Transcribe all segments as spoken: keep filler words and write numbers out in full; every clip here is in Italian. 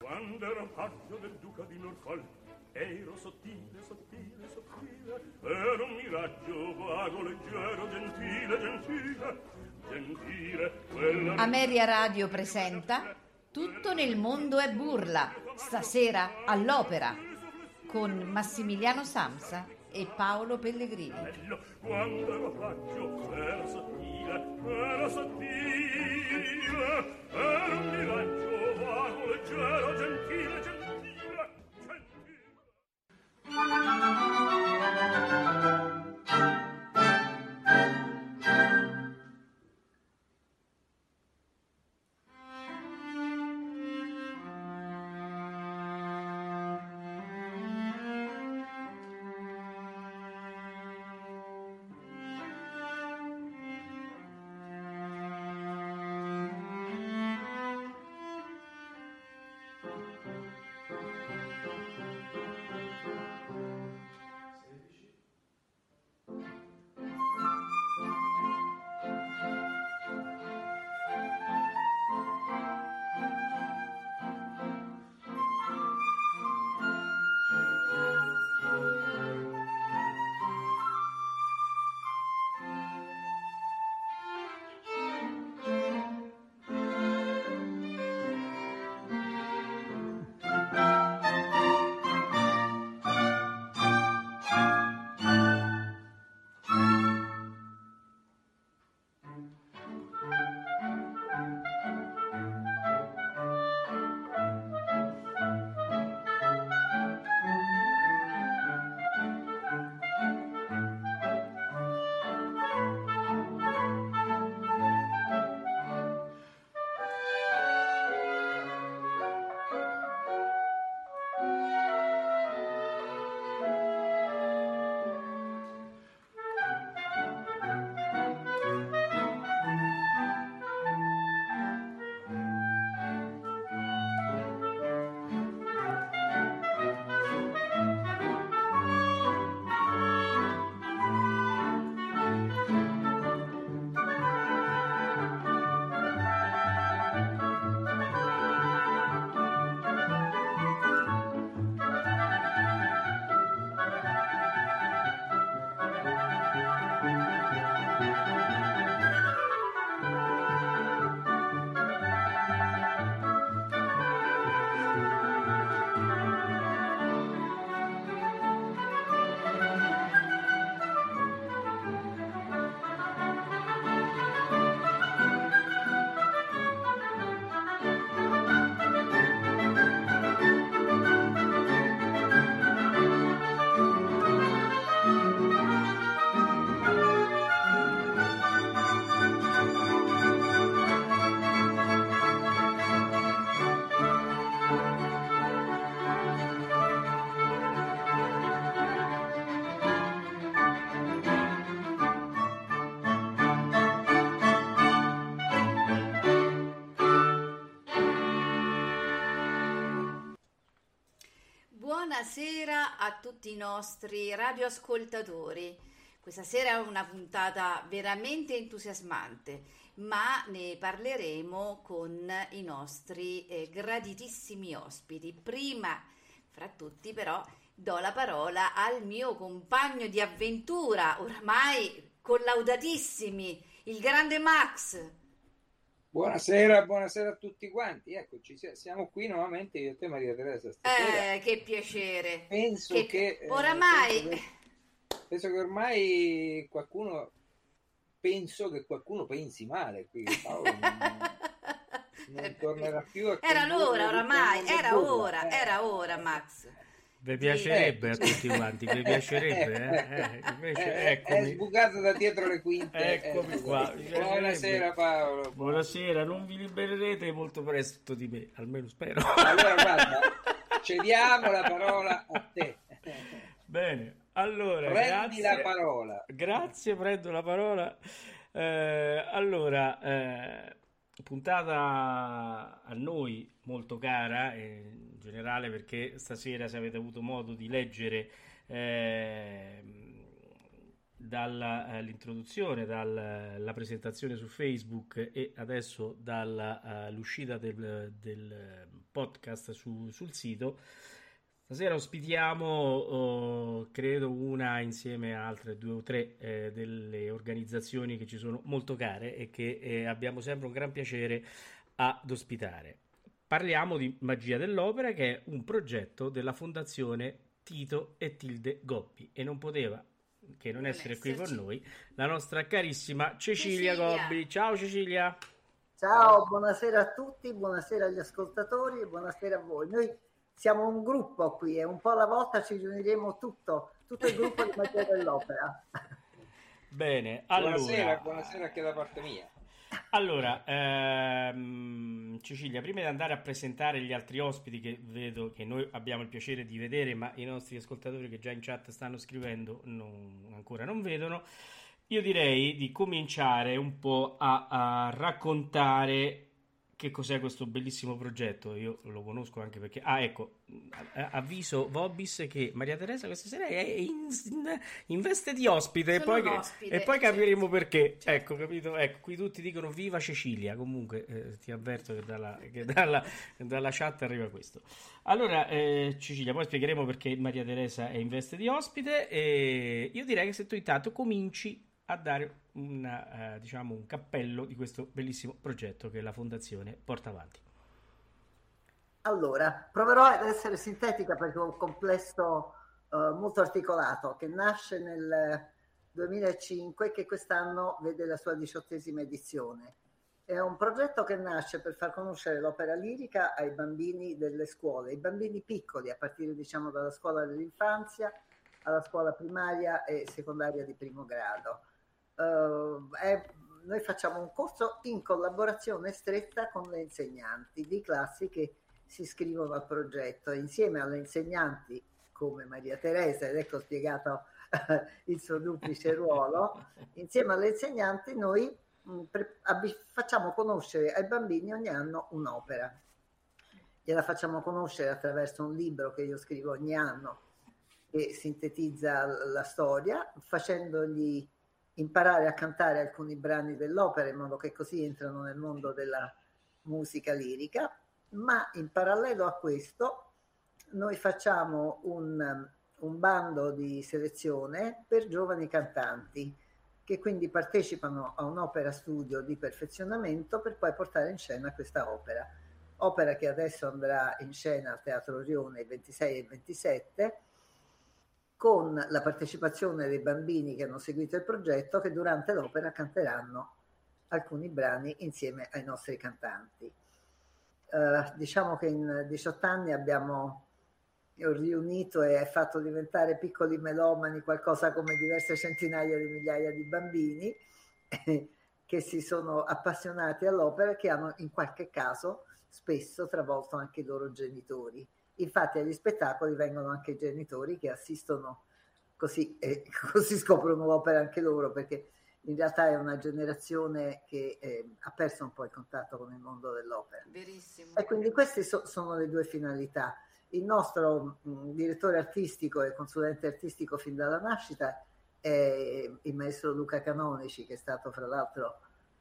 Quando ero paggio del duca di Norfolk, ero sottile, sottile, sottile, ero un miraggio vago, leggero, gentile, gentile, gentile. Quella... Ameria Radio presenta Tutto nel mondo è burla, stasera all'Opera, con Massimiliano Samsa e Paolo Pellegrini. Quando ero paggio, ero sottile, ero sottile, ero un miraggio vago, leggero, gentile, gentile, gentile. Buonasera a tutti i nostri radioascoltatori. Questa sera è una puntata veramente entusiasmante, ma ne parleremo con i nostri eh, graditissimi ospiti. Prima, fra tutti però, do la parola al mio compagno di avventura, oramai collaudatissimi, il grande Max. Buonasera, buonasera a tutti quanti. Eccoci, siamo qui nuovamente io e te, Maria Teresa, stasera. Eh, che piacere. Penso che, che oramai eh, penso, che, penso che ormai qualcuno penso che qualcuno pensi male qui. Paolo non, non tornerà più a era l'ora oramai, era burla. ora, eh. era ora, Max. Vi piacerebbe eh, a tutti quanti, vi piacerebbe, eh? Eh, invece, è, eccomi. è sbucato da dietro le quinte. Eccomi eh, qua. Buonasera Paolo. Buonasera, non vi libererete molto presto di me, almeno spero. Allora guarda, cediamo la parola a te. Bene, allora prendi grazie, la parola. Grazie, prendo la parola. Eh, allora, eh, puntata a noi molto cara, eh, in generale perché stasera, se avete avuto modo di leggere eh, dall'introduzione, dalla presentazione su Facebook e adesso dall'uscita del, del podcast su, sul sito. Stasera ospitiamo, oh, credo, una insieme a altre due o tre eh, delle organizzazioni che ci sono molto care e che eh, abbiamo sempre un gran piacere ad ospitare. Parliamo di Magia dell'Opera, che è un progetto della Fondazione Tito e Tilde Gobbi, e non poteva che non, non essere esserci qui con noi la nostra carissima Cecilia, Cecilia Gobbi. Ciao Cecilia. Ciao, buonasera a tutti, buonasera agli ascoltatori e buonasera a voi. Noi siamo un gruppo qui e un po' alla volta ci riuniremo tutto, tutto il gruppo di Magia dell'Opera. Bene, allora... Buonasera, buonasera anche da parte mia. Allora, ehm, Cecilia, prima di andare a presentare gli altri ospiti che vedo che noi abbiamo il piacere di vedere, ma i nostri ascoltatori che già in chat stanno scrivendo non, ancora non vedono, io direi di cominciare un po' a, a raccontare che cos'è questo bellissimo progetto. Io lo conosco anche perché, ah ecco, avviso Vobis che Maria Teresa questa sera è in, in, in veste di ospite, e poi, che, ospite, e poi capiremo certo. perché. Certo. Ecco, capito? Ecco, qui tutti dicono viva Cecilia, comunque eh, ti avverto che dalla, che dalla, dalla chat arriva questo. Allora, eh, Cecilia, poi spiegheremo perché Maria Teresa è in veste di ospite, e io direi che se tu intanto cominci a dare una, eh, diciamo un cappello di questo bellissimo progetto che la Fondazione porta avanti. Allora, proverò ad essere sintetica perché è un complesso eh, molto articolato che nasce nel duemilacinque, che quest'anno vede la sua diciottesima edizione. È un progetto che nasce per far conoscere l'opera lirica ai bambini delle scuole, i bambini piccoli, a partire diciamo dalla scuola dell'infanzia alla scuola primaria e secondaria di primo grado. Uh, è, noi facciamo un corso in collaborazione stretta con le insegnanti di classi che si iscrivono al progetto. Insieme alle insegnanti come Maria Teresa, ed ecco spiegato uh, il suo duplice ruolo, insieme alle insegnanti noi mh, pre- ab- facciamo conoscere ai bambini ogni anno un'opera. Gliela facciamo conoscere attraverso un libro che io scrivo ogni anno che sintetizza la storia, facendogli imparare a cantare alcuni brani dell'opera in modo che così entrano nel mondo della musica lirica, ma in parallelo a questo noi facciamo un, un bando di selezione per giovani cantanti che quindi partecipano a un'opera studio di perfezionamento per poi portare in scena questa opera. Opera che adesso andrà in scena al Teatro Orione il ventisei e il ventisette, con la partecipazione dei bambini che hanno seguito il progetto, che durante l'opera canteranno alcuni brani insieme ai nostri cantanti. Eh, diciamo che in diciotto anni abbiamo riunito e fatto diventare piccoli melomani qualcosa come diverse centinaia di migliaia di bambini eh, che si sono appassionati all'opera e che hanno in qualche caso spesso travolto anche i loro genitori. Infatti agli spettacoli vengono anche i genitori che assistono, così, eh, così scoprono l'opera anche loro, perché in realtà è una generazione che eh, ha perso un po' il contatto con il mondo dell'opera. Verissimo. E quindi queste so- sono le due finalità. Il nostro mh, direttore artistico e consulente artistico fin dalla nascita è il maestro Luca Canonici, che è stato fra l'altro,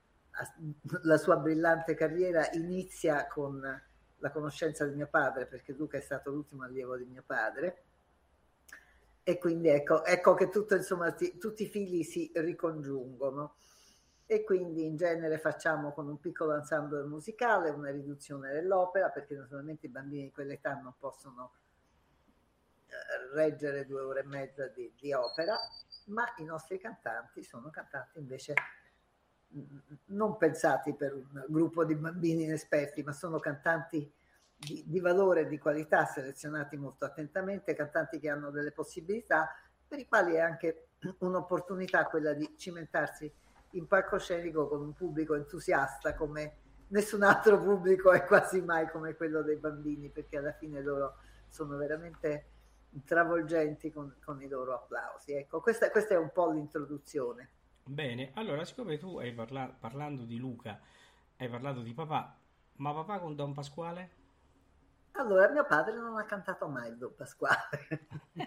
la sua brillante carriera inizia con la conoscenza di mio padre, perché Luca è stato l'ultimo allievo di mio padre, e quindi ecco, ecco che tutto, insomma, ti, tutti i figli si ricongiungono, e quindi in genere facciamo con un piccolo ensemble musicale una riduzione dell'opera, perché naturalmente i bambini di quell'età non possono eh, reggere due ore e mezza di, di opera, ma i nostri cantanti sono cantanti invece non pensati per un gruppo di bambini inesperti, ma sono cantanti di, di valore e di qualità, selezionati molto attentamente, cantanti che hanno delle possibilità, per i quali è anche un'opportunità quella di cimentarsi in palcoscenico con un pubblico entusiasta come nessun altro pubblico è quasi mai come quello dei bambini, perché alla fine loro sono veramente travolgenti con, con i loro applausi. Ecco, questa, questa è un po' l'introduzione. Bene, allora siccome tu hai parlato, parlando di Luca, hai parlato di papà, ma papà con Don Pasquale? Allora, mio padre non ha cantato mai il Don Pasquale.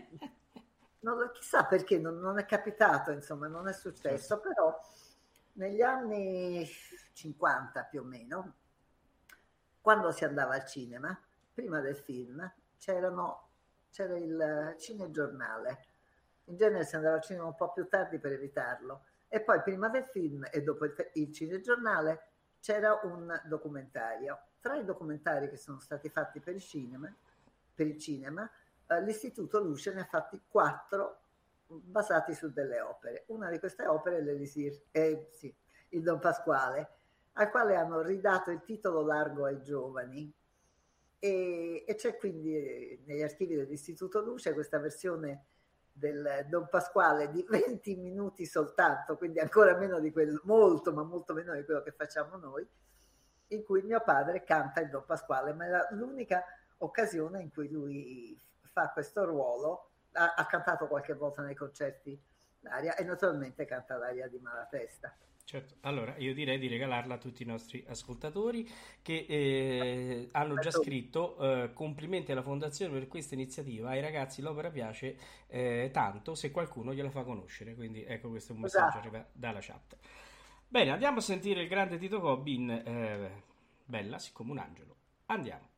Non, chissà perché, non, non è capitato, insomma, non è successo, però negli anni cinquanta più o meno, quando si andava al cinema, prima del film, c'erano, c'era il cinegiornale. In genere si andava al cinema un po' più tardi per evitarlo. E poi prima del film e dopo il, il cinegiornale c'era un documentario. Tra i documentari che sono stati fatti per il cinema, per il cinema eh, l'Istituto Luce ne ha fatti quattro basati su delle opere. Una di queste opere è l'Elisir, eh, sì, il Don Pasquale, al quale hanno ridato il titolo largo ai giovani. E, e c'è quindi negli archivi dell'Istituto Luce questa versione del Don Pasquale di venti minuti soltanto, quindi ancora meno di quello, molto ma molto meno di quello che facciamo noi, in cui mio padre canta il Don Pasquale, ma è l'unica occasione in cui lui fa questo ruolo. Ha, ha cantato qualche volta nei concerti l'aria e naturalmente canta l'aria di Malatesta. Certo, allora io direi di regalarla a tutti i nostri ascoltatori che eh, hanno già scritto eh, complimenti alla Fondazione per questa iniziativa, ai ragazzi l'opera piace eh, tanto, se qualcuno gliela fa conoscere, quindi ecco, questo è un messaggio Esatto. arriva dalla chat. Bene, andiamo a sentire il grande Tito Gobbi in eh, Bella siccome un angelo. Andiamo.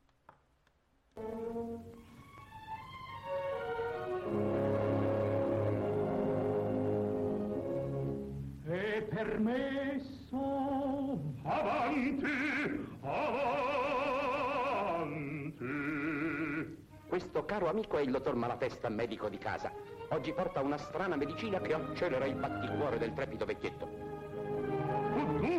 È permesso, avanti, avanti. Questo caro amico è il dottor Malatesta, medico di casa. Oggi porta una strana medicina che accelera il batticuore del trepido vecchietto. Dunque,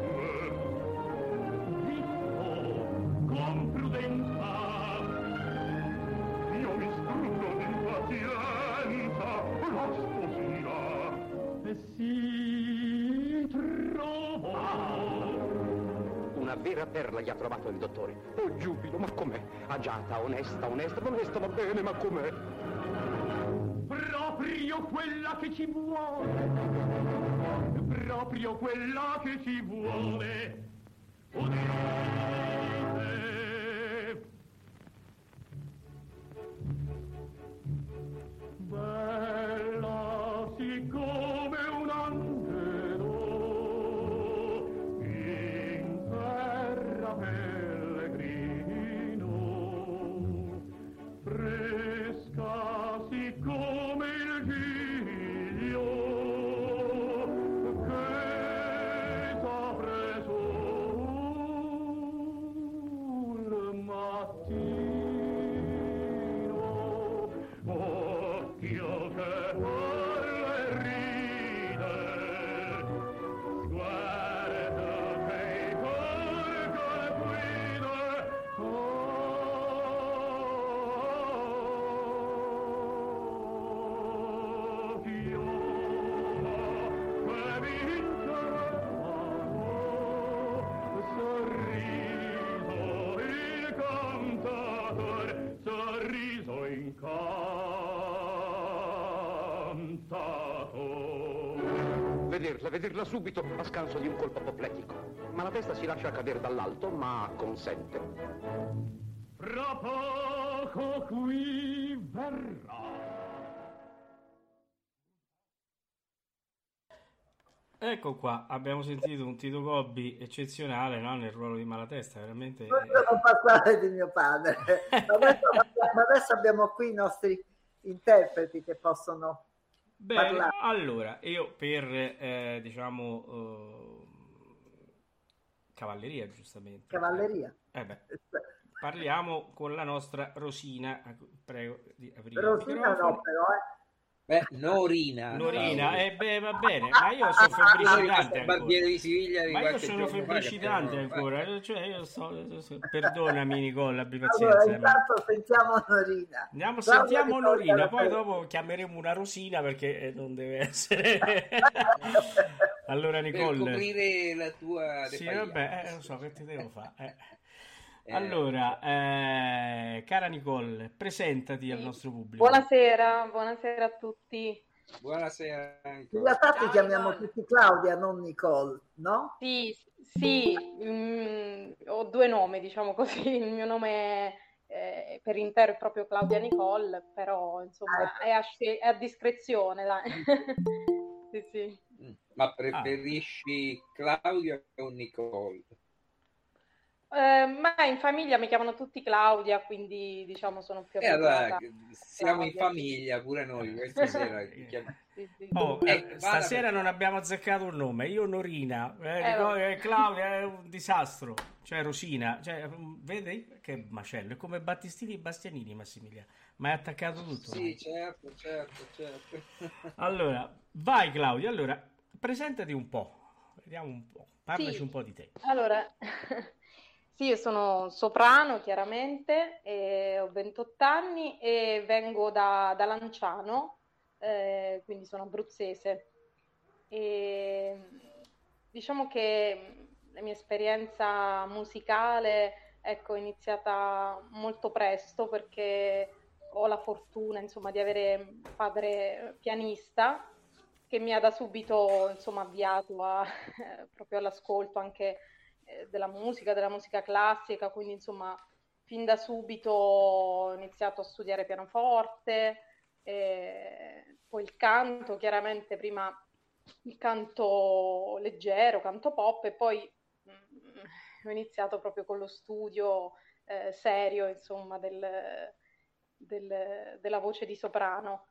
zitto, con prudenza, io mi struggo di impazienza, la sposina, e si trovò. Una vera perla gli ha trovato il dottore. Oh giubilo, ma com'è? Agiata, onesta, onesta, onesta va bene, ma com'è? Proprio quella che ci vuole, proprio quella che ci vuole. Udite, bella siccome un angelo, in terra pellegrino, fresca siccome il giglio che t'ha preso il mattino, occhio che parla e ride, sguardo che i porco le guida, occhio che vincerà, sorriso il cantator, sorriso incantator. Vederla, vederla subito a scanso di un colpo apopletico. Malatesta si lascia cadere dall'alto, ma consente. Fra poco qui verrà. Ecco qua, abbiamo sentito un Tito Gobbi eccezionale, no? Nel ruolo di Malatesta, veramente. Questo è un Pasquale di mio padre. Ma adesso, ma adesso abbiamo qui i nostri interpreti che possono Bene, parlare. allora, io per, eh, diciamo, eh, cavalleria, giustamente. Cavalleria. Eh beh, parliamo con la nostra Rosina. Prego di aprire il Rosina microfono. no, però, eh. Beh, Norina. Norina, eh beh, va bene, ma io sono febbricitante ancora. Barbiere di Siviglia di Ma io qualche sono giorno fa che febbricitante abbiamo ancora, cioè io sto, sto- perdonami Nicole, abbi Allora, pazienza. eh, ma- intanto sentiamo Norina. Andiamo, Claudia sentiamo Nicola Norina, poi Rosina. dopo chiameremo una Rosina perché eh, non deve essere. Allora per Nicole, coprire la tua sì, defaillance. vabbè, eh, lo so che ti devo fare. eh. Eh, Allora, eh, cara Nicole, presentati al Sì. nostro pubblico. Buonasera, buonasera a tutti. Buonasera In ancora. realtà ti Ciao, chiamiamo Nicole. tutti Claudia, non Nicole, no? Sì, sì, mm, ho due nomi, diciamo così. Il mio nome è, eh, per intero è proprio Claudia Nicole, però insomma è a, sce- è a discrezione, dai. Sì, sì. Mm, Ma preferisci Claudia o Nicole? Eh, ma in famiglia mi chiamano tutti Claudia, quindi diciamo sono più E allora abituata a siamo in Claudia. famiglia pure noi questa sera. ti chiam- Sì, sì. Oh, Eh, eh, vada stasera per- non abbiamo azzeccato un nome. Io Norina, eh, Eh, ricordo vabbè. che Claudia è un disastro. Cioè Rosina, cioè, mm, vedi che macello. È come Battistini e Bastianini, Massimiliano. Ma è attaccato tutto. Sì, ormai. certo, certo, certo. Allora, vai Claudia. Allora, presentati un po'. Vediamo un po'. Parlaci Sì, un po' di te. allora, sì, io sono soprano chiaramente, e ho ventotto anni e vengo da, da Lanciano, eh, quindi sono abruzzese. E diciamo che la mia esperienza musicale, ecco, è iniziata molto presto perché ho la fortuna, insomma, di avere un padre pianista che mi ha da subito, insomma, avviato a, proprio all'ascolto anche eh, della musica, della musica classica, quindi insomma, fin da subito ho iniziato a studiare pianoforte, eh, poi il canto, chiaramente prima il canto leggero, canto pop e poi mh, ho iniziato proprio con lo studio eh, serio, insomma, del, del, della voce di soprano.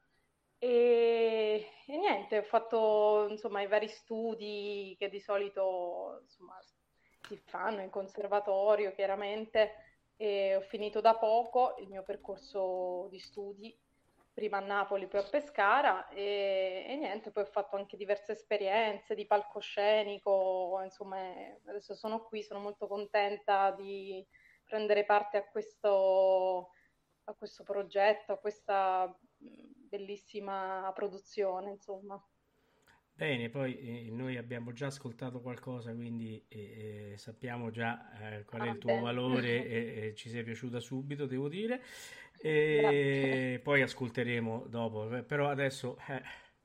E, e niente, ho fatto insomma i vari studi che di solito insomma, si fanno in conservatorio, chiaramente, e ho finito da poco il mio percorso di studi, prima a Napoli, poi a Pescara, e, e niente, poi ho fatto anche diverse esperienze di palcoscenico, insomma, e adesso sono qui, sono molto contenta di prendere parte a questo, a questo progetto, a questa mh, bellissima produzione, insomma. Bene, poi eh, noi abbiamo già ascoltato qualcosa, quindi eh, eh, sappiamo già eh, qual è Ah, il tuo bene. valore e, e ci sei piaciuta subito, devo dire. Grazie. E poi ascolteremo dopo, eh, però adesso... Eh,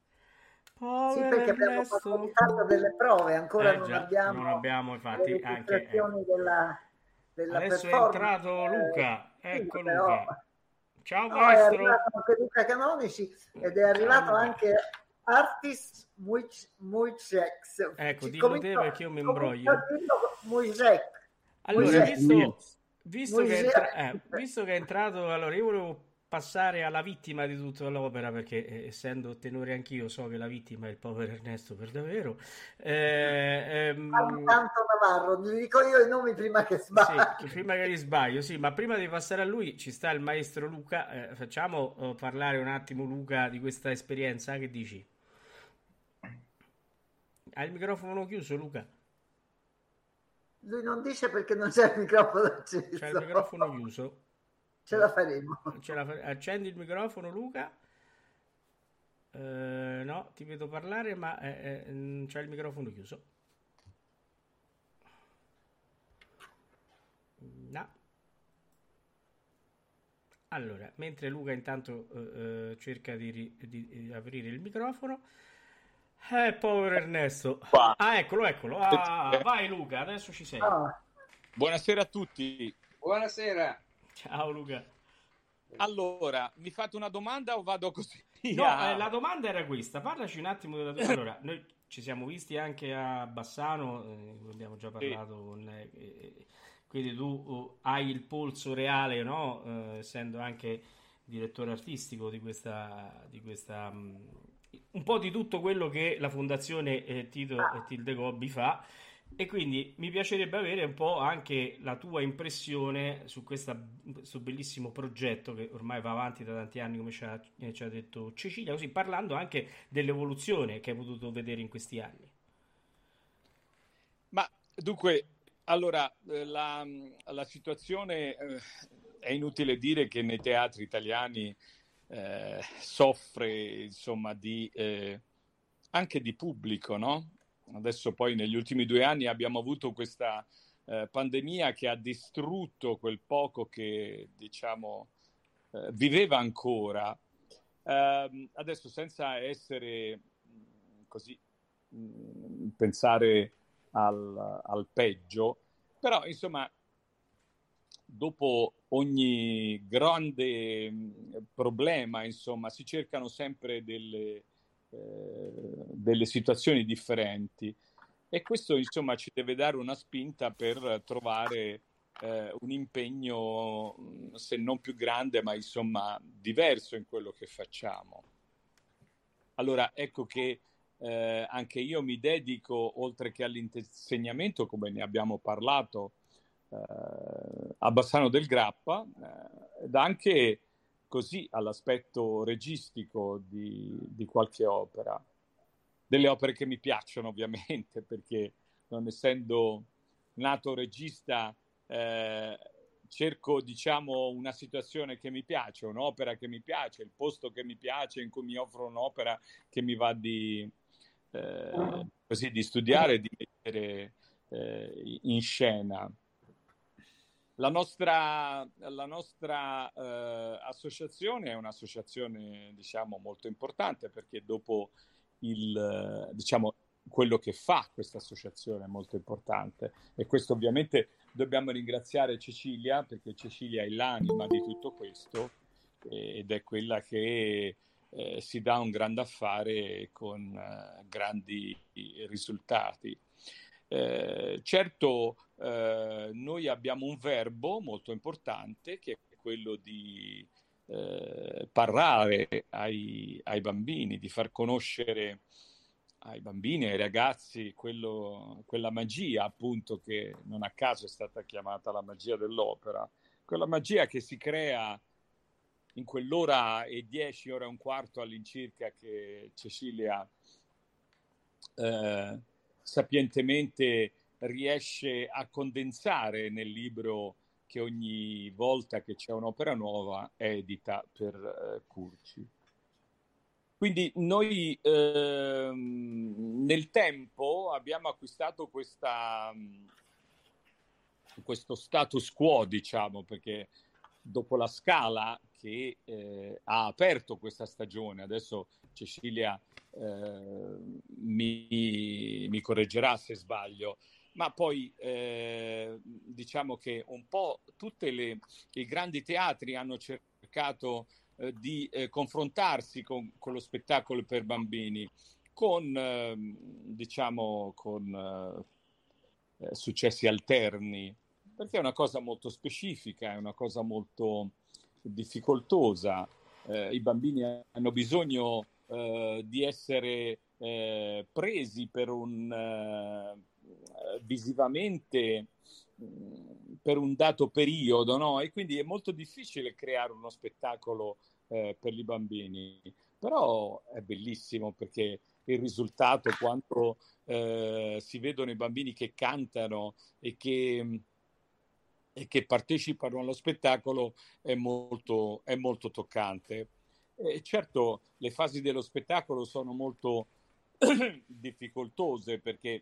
Sì, povero perché abbiamo fatto Ernesto. ritardo delle prove, ancora Eh non già, abbiamo non abbiamo le infatti anche... ecco. registrazioni della, della Adesso è performance. entrato Luca, eh, sì, ecco però Luca. Ciao no, è arrivato maestro. anche Luca Canonici ed è Ciao, arrivato Luca. anche Artis Mujek. Ecco, Ci dillo te comincio- perché io mi comincio imbroglio. a dirlo Mujek. Allora, Mujek. visto, visto che è Mujek. entra- eh, visto che è entrato, allora io volevo passare alla vittima di tutta l'opera, perché eh, essendo tenore anch'io so che la vittima è il povero Ernesto per davvero. Eh, ehm, Tanto Navarro, gli dico io i nomi prima che sbaglio. Sì, che prima che li sbaglio, sì, ma prima di passare a lui ci sta il maestro Luca. Eh, facciamo eh, parlare un attimo Luca di questa esperienza, che dici? Hai il microfono chiuso, Luca? Lui non dice perché non c'è il microfono acceso. C'è il microfono chiuso? Ce la faremo. Ce la fa- Accendi il microfono, Luca? Eh, no, ti vedo parlare, ma eh, eh, c'è il microfono chiuso. No. Allora, mentre Luca intanto eh, eh, cerca di, ri- di- di aprire il microfono, eh, povero Ernesto. Ah, eccolo, eccolo. Ah, vai Luca, adesso ci sei. Ah, Buonasera a tutti. Buonasera. Ciao Luca. Allora, mi fate una domanda o vado così? No, eh, la domanda era questa. Parlaci un attimo della tua... Allora, noi ci siamo visti anche a Bassano, eh, abbiamo già parlato con... eh, eh, quindi tu uh, hai il polso reale, no? Eh, essendo anche direttore artistico di questa... Di questa mh, un po' di tutto quello che la Fondazione eh, Tito e Tilde Gobbi fa. E quindi mi piacerebbe avere un po' anche la tua impressione su questa, questo bellissimo progetto che ormai va avanti da tanti anni, come ci ha, ci ha detto Cecilia, così parlando anche dell'evoluzione che hai potuto vedere in questi anni. Ma dunque, allora, la, la situazione eh, è inutile dire che nei teatri italiani eh, soffre, insomma, di eh, anche di pubblico, no? Adesso poi negli ultimi due anni abbiamo avuto questa eh, pandemia che ha distrutto quel poco che, diciamo, eh, viveva ancora. Eh, adesso senza essere mh, così mh, pensare al, al peggio, però insomma dopo ogni grande mh, problema, insomma, si cercano sempre delle delle situazioni differenti e questo insomma ci deve dare una spinta per trovare eh, un impegno, se non più grande, ma insomma diverso in quello che facciamo. Allora, ecco che eh, anche io mi dedico, oltre che all'insegnamento, come ne abbiamo parlato, eh, a Bassano del Grappa, eh, ed anche così all'aspetto registico di, di qualche opera. Delle opere che mi piacciono, ovviamente, perché non essendo nato regista, eh, cerco, diciamo, una situazione che mi piace, un'opera che mi piace, il posto che mi piace, in cui mi offro un'opera che mi va di, eh, così, di studiare, di mettere eh, in scena. La nostra, la nostra eh, associazione è un'associazione, diciamo, molto importante, perché dopo il, diciamo, quello che fa questa associazione è molto importante, e questo ovviamente dobbiamo ringraziare Cecilia, perché Cecilia è l'anima di tutto questo ed è quella che eh, si dà un grande affare con eh, grandi risultati. Eh, certo, eh, noi abbiamo un verbo molto importante, che è quello di eh, parlare ai, ai bambini, di far conoscere ai bambini, ai ragazzi, quello, quella magia, appunto, che non a caso è stata chiamata la magia dell'opera, quella magia che si crea in quell'ora e dieci, ora e un quarto all'incirca che Cecilia eh, sapientemente riesce a condensare nel libro che ogni volta che c'è un'opera nuova edita per eh, Curci. Quindi noi eh, nel tempo abbiamo acquistato questa, questo status quo, diciamo, perché dopo la Scala che eh, ha aperto questa stagione, adesso Cecilia eh, mi, mi correggerà se sbaglio, ma poi eh, diciamo che un po' tutti i grandi teatri hanno cercato eh, di eh, confrontarsi con, con lo spettacolo per bambini, con eh, diciamo con eh, successi alterni, perché è una cosa molto specifica, è una cosa molto difficoltosa. Eh, I bambini hanno bisogno eh, di essere eh, presi per un eh, visivamente per un dato periodo, no? E quindi è molto difficile creare uno spettacolo eh, per i bambini, però è bellissimo, perché il risultato, quanto eh, si vedono i bambini che cantano e che e che partecipano allo spettacolo, è molto, è molto toccante. E certo, le fasi dello spettacolo sono molto difficoltose, perché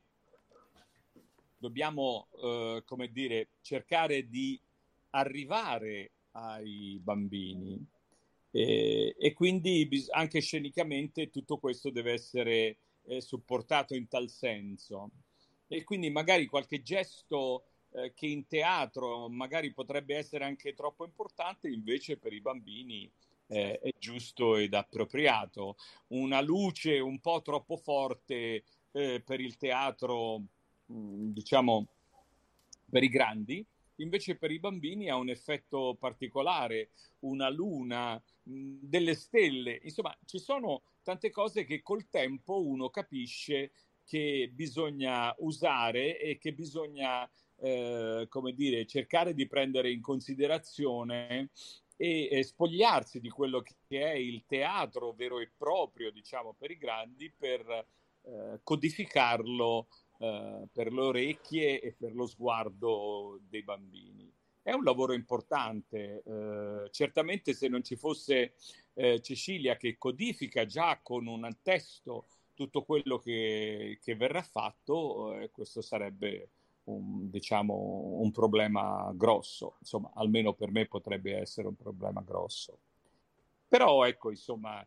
dobbiamo, eh, come dire, cercare di arrivare ai bambini, e, e quindi bis- anche scenicamente tutto questo deve essere eh, supportato in tal senso. E quindi magari qualche gesto che in teatro magari potrebbe essere anche troppo importante, invece per i bambini eh, è giusto ed appropriato. Una luce un po' troppo forte eh, per il teatro, mh, diciamo per i grandi, invece per i bambini ha un effetto particolare, una luna, mh, delle stelle, insomma ci sono tante cose che col tempo uno capisce che bisogna usare e che bisogna Eh, come dire, cercare di prendere in considerazione e, e spogliarsi di quello che è il teatro vero e proprio, diciamo, per i grandi, per eh, codificarlo eh, per le orecchie e per lo sguardo dei bambini. È un lavoro importante, eh, certamente se non ci fosse eh, Cecilia che codifica già con un testo tutto quello che, che verrà fatto, eh, questo sarebbe Un, diciamo un problema grosso, insomma, almeno per me potrebbe essere un problema grosso. Però ecco, insomma,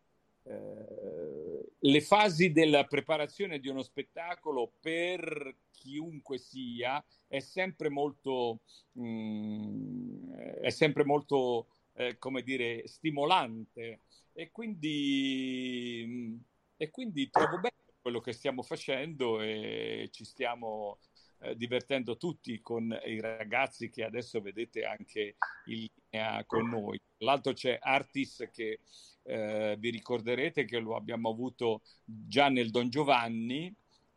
eh, le fasi della preparazione di uno spettacolo per chiunque sia è sempre molto mh, è sempre molto eh, come dire, stimolante, e quindi mh, e quindi trovo bene quello che stiamo facendo e ci stiamo eh, divertendo tutti con i ragazzi che adesso vedete anche in linea con noi. Tra l'altro c'è Artis che eh, vi ricorderete che lo abbiamo avuto già nel Don Giovanni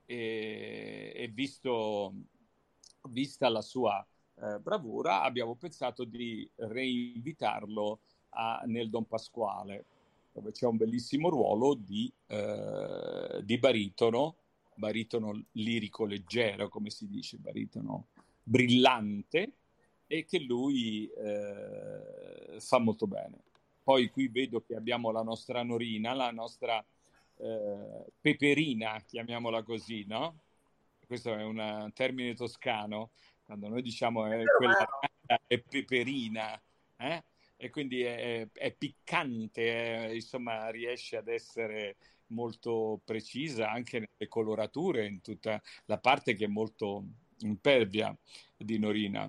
e, e visto, vista la sua eh, bravura abbiamo pensato di reinvitarlo a, nel Don Pasquale, dove c'è un bellissimo ruolo di, eh, di baritono, baritono lirico leggero, come si dice, baritono brillante, e che lui eh, fa molto bene. Poi qui vedo che abbiamo la nostra Norina, la nostra eh, peperina, chiamiamola così, no? Questo è un termine toscano, quando noi diciamo è quella è peperina, eh? E quindi è, è piccante, è, insomma riesce ad essere molto precisa anche nelle colorature, in tutta la parte che è molto impervia di Norina.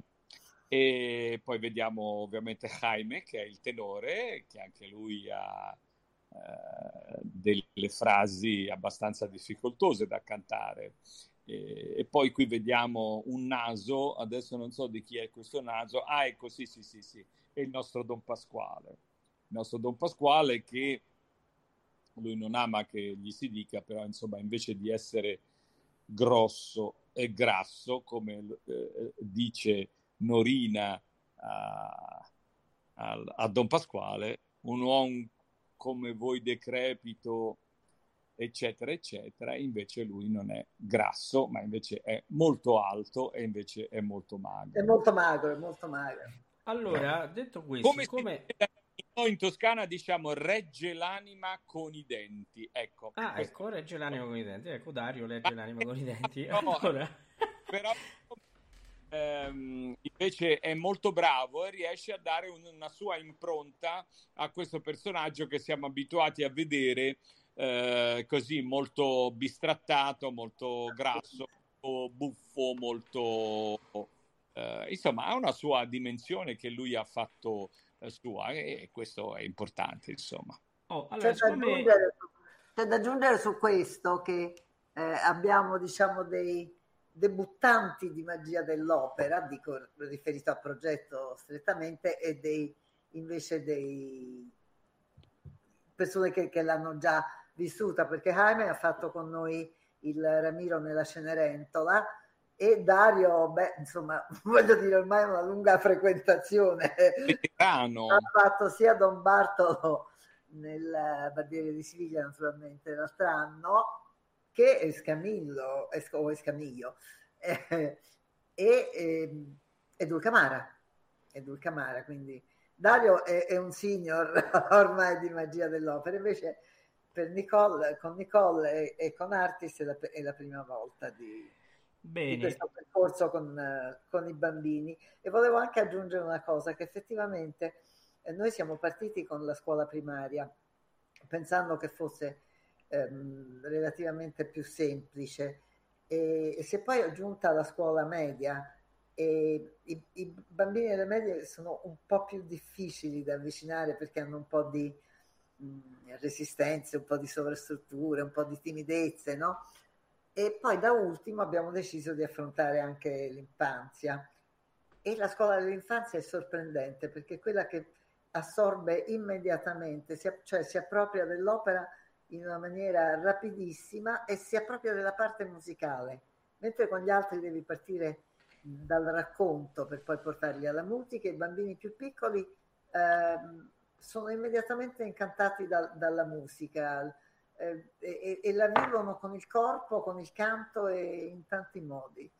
E poi vediamo ovviamente Jaime, che è il tenore, che anche lui ha eh, delle frasi abbastanza difficoltose da cantare. E, e poi qui vediamo un naso, adesso non so di chi è questo naso, ah ecco sì sì sì sì, è il nostro Don Pasquale, il nostro Don Pasquale che lui non ama che gli si dica, però insomma invece di essere grosso e grasso, come eh, dice Norina a, a, a Don Pasquale, un uomo come voi decrepito, eccetera, eccetera, invece lui non è grasso, ma invece è molto alto e invece è molto magro. È molto magro, è molto magro. Allora, detto questo, come, come... noi in Toscana diciamo regge l'anima con i denti, ecco. Ah, questo... ecco, regge l'anima con i denti, ecco, Dario legge l'anima con i denti. No, allora... però ehm, invece è molto bravo e riesce a dare un, una sua impronta a questo personaggio che siamo abituati a vedere eh, così molto bistrattato, molto grasso, molto buffo, molto eh, insomma ha una sua dimensione che lui ha fatto eh, sua, e questo è importante, insomma. Oh, allora, c'è, da siccome... aggiungere, c'è da aggiungere su questo che eh, abbiamo diciamo dei debuttanti di magia dell'opera, dico riferito al progetto strettamente, e dei invece dei persone che, che l'hanno già vissuta, perché Jaime ha fatto con noi il Ramiro nella Cenerentola e Dario, beh, insomma, voglio dire, ormai è una lunga frequentazione. Veterano. Ha fatto sia Don Bartolo nel Barbiere di Siviglia, naturalmente, l'altro anno, che Escamillo, o Escamiglio, eh, e, e, e Dulcamara, e Dulcamara, quindi Dario è, è un senior ormai di magia dell'opera, invece per Nicole, con Nicole e, e con Artis è la, è la prima volta di, di questo percorso con, con i bambini. E volevo anche aggiungere una cosa, che effettivamente eh, noi siamo partiti con la scuola primaria pensando che fosse ehm, relativamente più semplice, e, e si è poi aggiunta la scuola media, e i, i bambini delle medie sono un po' più difficili da avvicinare perché hanno un po' di mh, resistenze, un po' di sovrastrutture, un po' di timidezze, no? E poi da ultimo abbiamo deciso di affrontare anche l'infanzia, e la scuola dell'infanzia è sorprendente perché è quella che assorbe immediatamente, si, cioè si appropria dell'opera in una maniera rapidissima e si appropria della parte musicale, mentre con gli altri devi partire dal racconto per poi portarli alla musica. I bambini più piccoli eh, sono immediatamente incantati da, dalla musica eh, e, e la vivono con il corpo, con il canto e in tanti modi.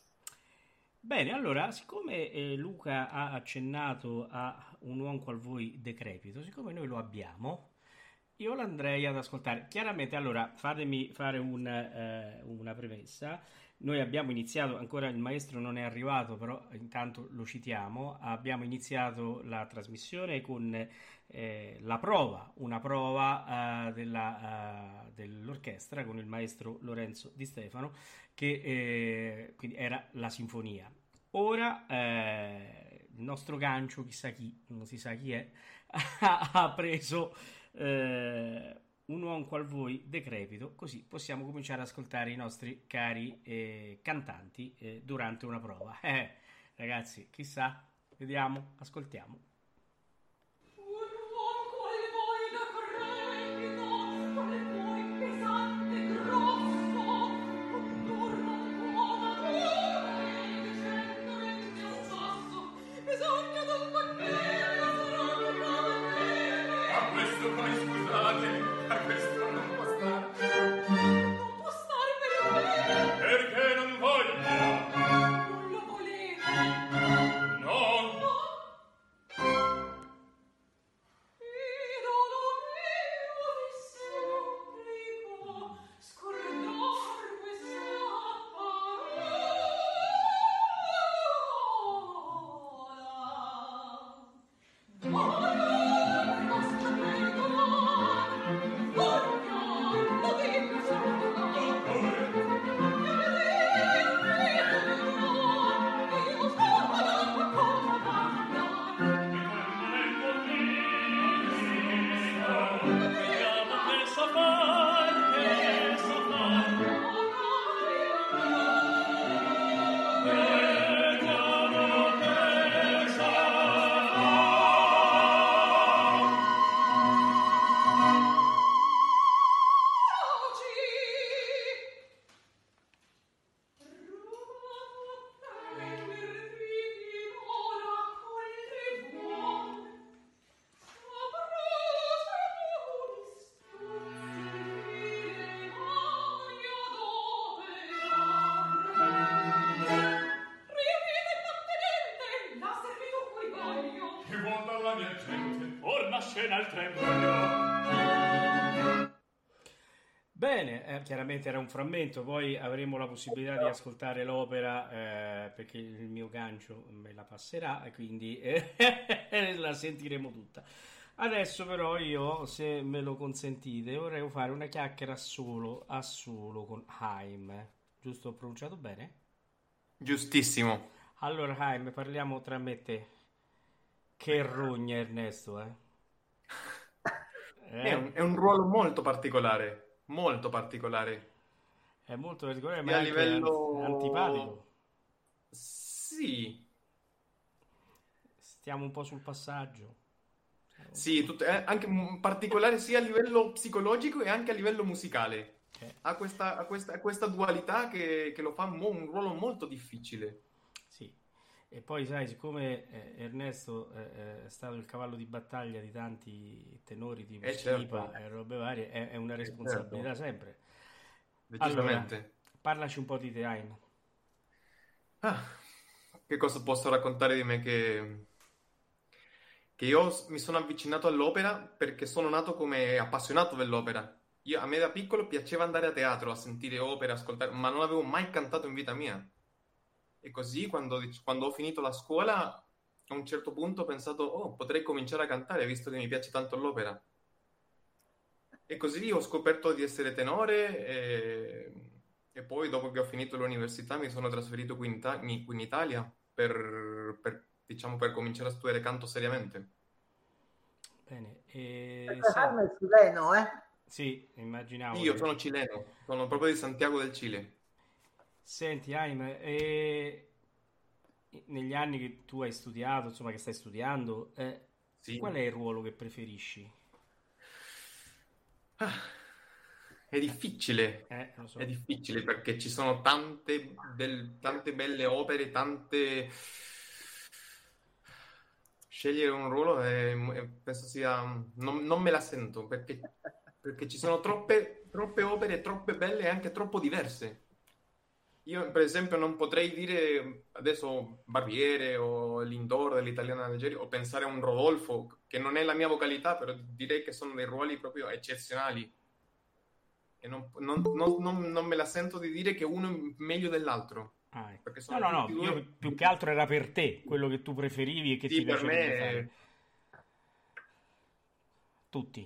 Bene, allora, siccome eh, Luca ha accennato a un uomo qual voi decrepito, siccome noi lo abbiamo, io l'andrei ad ascoltare. Chiaramente, allora, fatemi fare un, eh, una premessa. Noi abbiamo iniziato, ancora il maestro non è arrivato, però intanto lo citiamo, abbiamo iniziato la trasmissione con eh, la prova, una prova eh, della, uh, dell'orchestra con il maestro Lorenzo Di Stefano, che eh, quindi era la sinfonia. Ora eh, il nostro gancio, chissà chi, non si sa chi è, ha preso eh, un uomo qual voi decrepito, così possiamo cominciare ad ascoltare i nostri cari eh, cantanti eh, durante una prova. Eh, ragazzi, chissà, vediamo, ascoltiamo. Bene, eh, chiaramente era un frammento, poi avremo la possibilità di ascoltare l'opera eh, perché il mio gancio me la passerà e quindi eh, la sentiremo tutta. Adesso però io, se me lo consentite, vorrei fare una chiacchiera solo a solo con Haim. Giusto, ho pronunciato bene? Giustissimo. Allora Haim, parliamo tra me e te. Che rogna Ernesto, eh? eh? È, un, è un ruolo molto particolare. Molto particolare, è molto particolare, e ma a anche livello antipatico. Sì, stiamo un po' sul passaggio. Sì, tutto, è anche particolare sia a livello psicologico e anche a livello musicale. Okay. Ha questa, ha questa, questa dualità che, che lo fa mo, un ruolo molto difficile. Sì, e poi sai, siccome eh, Ernesto eh, è stato il cavallo di battaglia di tanti tenori tipo eh, Schipa certo. e robe varie, è, è una responsabilità certo. sempre. Decisamente. Allora, parlaci un po' di te, Haim. Ah, che cosa posso raccontare di me? Che, che io mi sono avvicinato all'opera perché sono nato come appassionato dell'opera. Io, a me da piccolo piaceva andare a teatro, a sentire opere, ascoltare, ma non avevo mai cantato in vita mia. E così, quando, quando ho finito la scuola, a un certo punto ho pensato, oh, potrei cominciare a cantare, visto che mi piace tanto l'opera. E così ho scoperto di essere tenore e, e poi, dopo che ho finito l'università, mi sono trasferito qui in, Ita- qui in Italia per, per, diciamo, per cominciare a studiare canto seriamente. Bene. E... Haim è cileno, eh? Sì, immaginavo. Io che... sono cileno, sono proprio di Santiago del Cile. Senti, Haim, e... negli anni che tu hai studiato, insomma, che stai studiando, eh, sì. Qual è il ruolo che preferisci? Ah, è difficile, eh, lo so. È difficile perché ci sono tante, del, tante belle opere, tante... Scegliere un ruolo è, è, penso sia... Non, non me la sento perché, perché ci sono troppe, troppe opere, troppe belle e anche troppo diverse. Io, per esempio, non potrei dire adesso Barbiere o Lindor dell'Italiana Algeri o pensare a un Rodolfo, che non è la mia vocalità, però direi che sono dei ruoli proprio eccezionali. E non, non, non, non, non me la sento di dire che uno è meglio dell'altro. Ah, ecco. Perché sono no, no, no, due... io più che altro era per te, quello che tu preferivi e che sì, ti piacerebbe per me... fare. Tutti.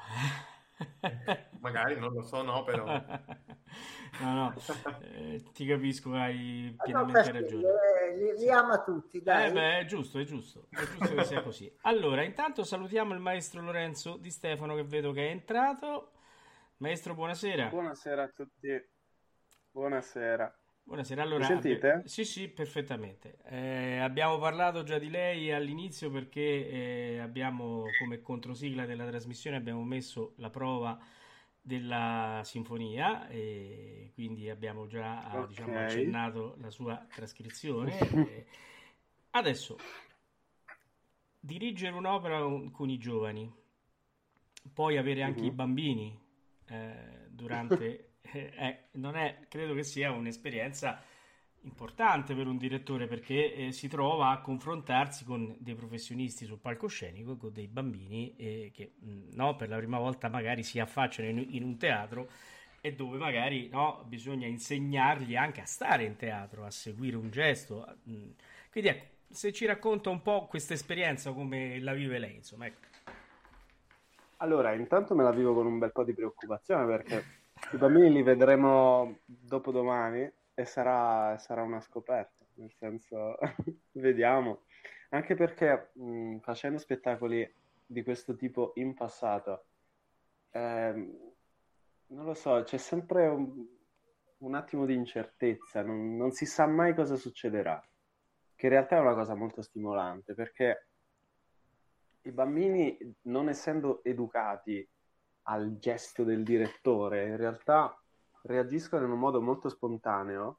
Magari, non lo so, no, però... no, no, eh, ti capisco, hai no, pienamente ragione. Li, li ama tutti, dai. Eh beh, è giusto, è giusto, è giusto che sia così. Allora, intanto salutiamo il maestro Lorenzo Di Stefano, che vedo che è entrato. Maestro, buonasera. Buonasera a tutti. Buonasera. Buonasera. Allora, mi sentite? Abbi- sì, sì, perfettamente. Eh, abbiamo parlato già di lei all'inizio perché eh, abbiamo come controsigla della trasmissione abbiamo messo la prova della sinfonia e quindi abbiamo già Ok. diciamo, accennato la sua trascrizione. Eh, adesso, dirigere un'opera con, con i giovani, poi avere anche i Mhm. bambini eh, durante eh, eh, non è, credo che sia un'esperienza importante per un direttore perché eh, si trova a confrontarsi con dei professionisti sul palcoscenico, con dei bambini eh, che mh, no, per la prima volta magari si affacciano in, in un teatro e dove magari no, bisogna insegnargli anche a stare in teatro, a seguire un gesto. a- mh. Quindi ecco, se ci racconta un po' questa esperienza, come la vive lei, insomma, ecco. Allora, intanto me la vivo con un bel po' di preoccupazione perché i bambini li vedremo dopodomani e sarà, sarà una scoperta, nel senso, vediamo. Anche perché mh, facendo spettacoli di questo tipo in passato, ehm, non lo so, c'è sempre un, un attimo di incertezza, non, non si sa mai cosa succederà, che in realtà è una cosa molto stimolante perché i bambini, non essendo educati al gesto del direttore, in realtà reagiscono in un modo molto spontaneo.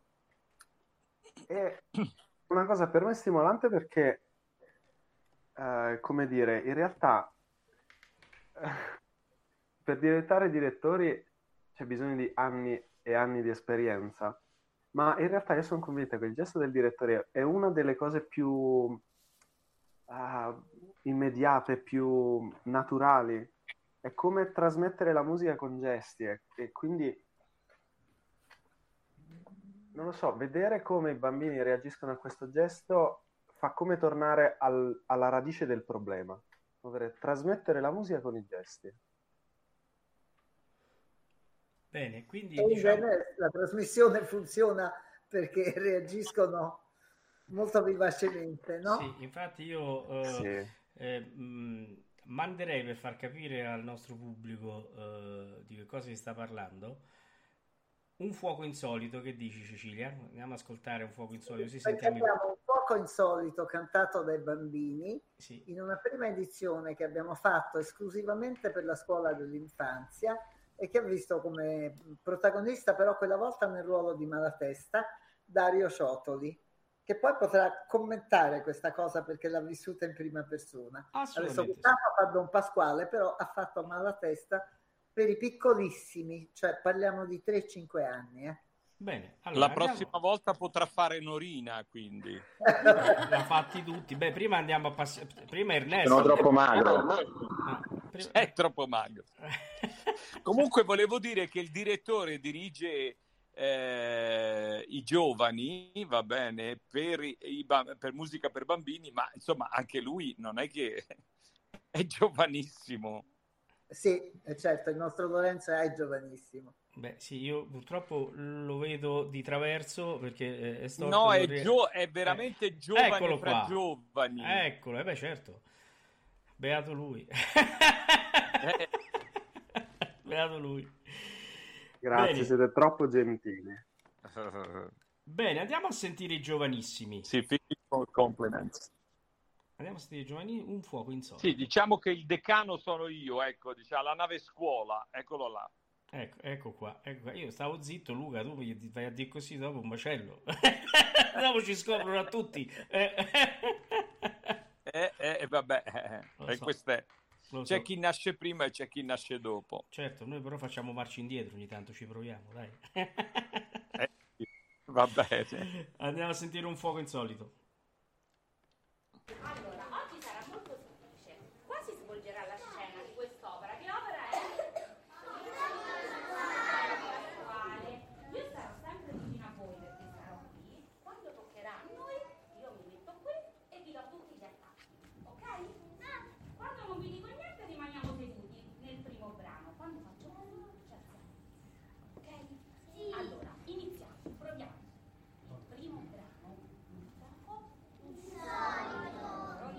È una cosa per me stimolante perché, eh, come dire, in realtà eh, per diventare direttori c'è bisogno di anni e anni di esperienza, ma in realtà io sono convinto che il gesto del direttore è una delle cose più ah, immediate, più naturali. È come trasmettere la musica con gesti e, e quindi, non lo so, vedere come i bambini reagiscono a questo gesto fa come tornare al- alla radice del problema, ovvero trasmettere la musica con i gesti. Bene, quindi E in diciamo genere la trasmissione funziona perché reagiscono molto vivacemente, no? sì, infatti io eh, Sì. eh, mh, manderei per far capire al nostro pubblico eh, di che cosa si sta parlando un fuoco insolito. Che dici, Cecilia? Andiamo ad ascoltare un fuoco insolito, così Perché sentiamo i- abbiamo un fuoco insolito cantato dai bambini sì. in una prima edizione che abbiamo fatto esclusivamente per la scuola dell'infanzia e che ha visto come protagonista però quella volta nel ruolo di Malatesta Dario Ciotoli, che poi potrà commentare questa cosa perché l'ha vissuta in prima persona. Adesso Assolutamente sì. quest'anno ha fatto Don Pasquale, però ha fatto Malatesta per i piccolissimi, cioè parliamo di tre cinque anni. Eh. Bene, La allora prossima andiamo. volta potrà fare Norina, quindi. L'ha fatti tutti. Beh, prima andiamo a passare. Prima Ernesto. Sono troppo magro. Ah, prima- È troppo magro. Comunque volevo dire che il direttore dirige eh, i giovani, va bene, per, i, ba- per musica per bambini, ma insomma anche lui non è che è giovanissimo. Sì, eh, certo, il nostro Lorenzo è giovanissimo. Beh, sì, io purtroppo lo vedo di traverso perché eh, è storto. No, non è, rie- gio- è Eh, veramente giovane eccolo fra qua. giovani. Eccolo, eh beh, certo. Beato lui. Eh, Beato lui. Grazie, Bene, siete troppo gentili. bene, andiamo a sentire i giovanissimi. sì, physical compliments. Andiamo a sentire i giovani, un fuoco insolito. Sì, diciamo che il decano sono io, ecco, diciamo, la nave scuola, eccolo là. Ecco, ecco qua, ecco qua. Io stavo zitto, Luca, tu mi vai a dire così dopo un macello. Dopo ci scoprono a tutti. Eh, Eh, eh, vabbè, eh, Lo e so, questo è. lo C'è so. chi nasce prima e c'è chi nasce dopo. Certo, noi però facciamo marcia indietro ogni tanto, ci proviamo, dai. Eh, sì, va bene. Andiamo a sentire un fuoco insolito. Allora, oggi sarà molto semplice. Qua si svolgerà la scena di quest'opera. Che opera è? Pasquale. Io sarò sempre vicino a voi perché sarò qui. Quando toccherà a noi, io mi metto qui e vi do tutti gli attacchi. Ok? Quando non vi dico niente, rimaniamo seduti nel primo brano. Quando faccio uno, ci alziamo. Ok? Allora, iniziamo. Proviamo. Il primo brano, un fuoco insolito.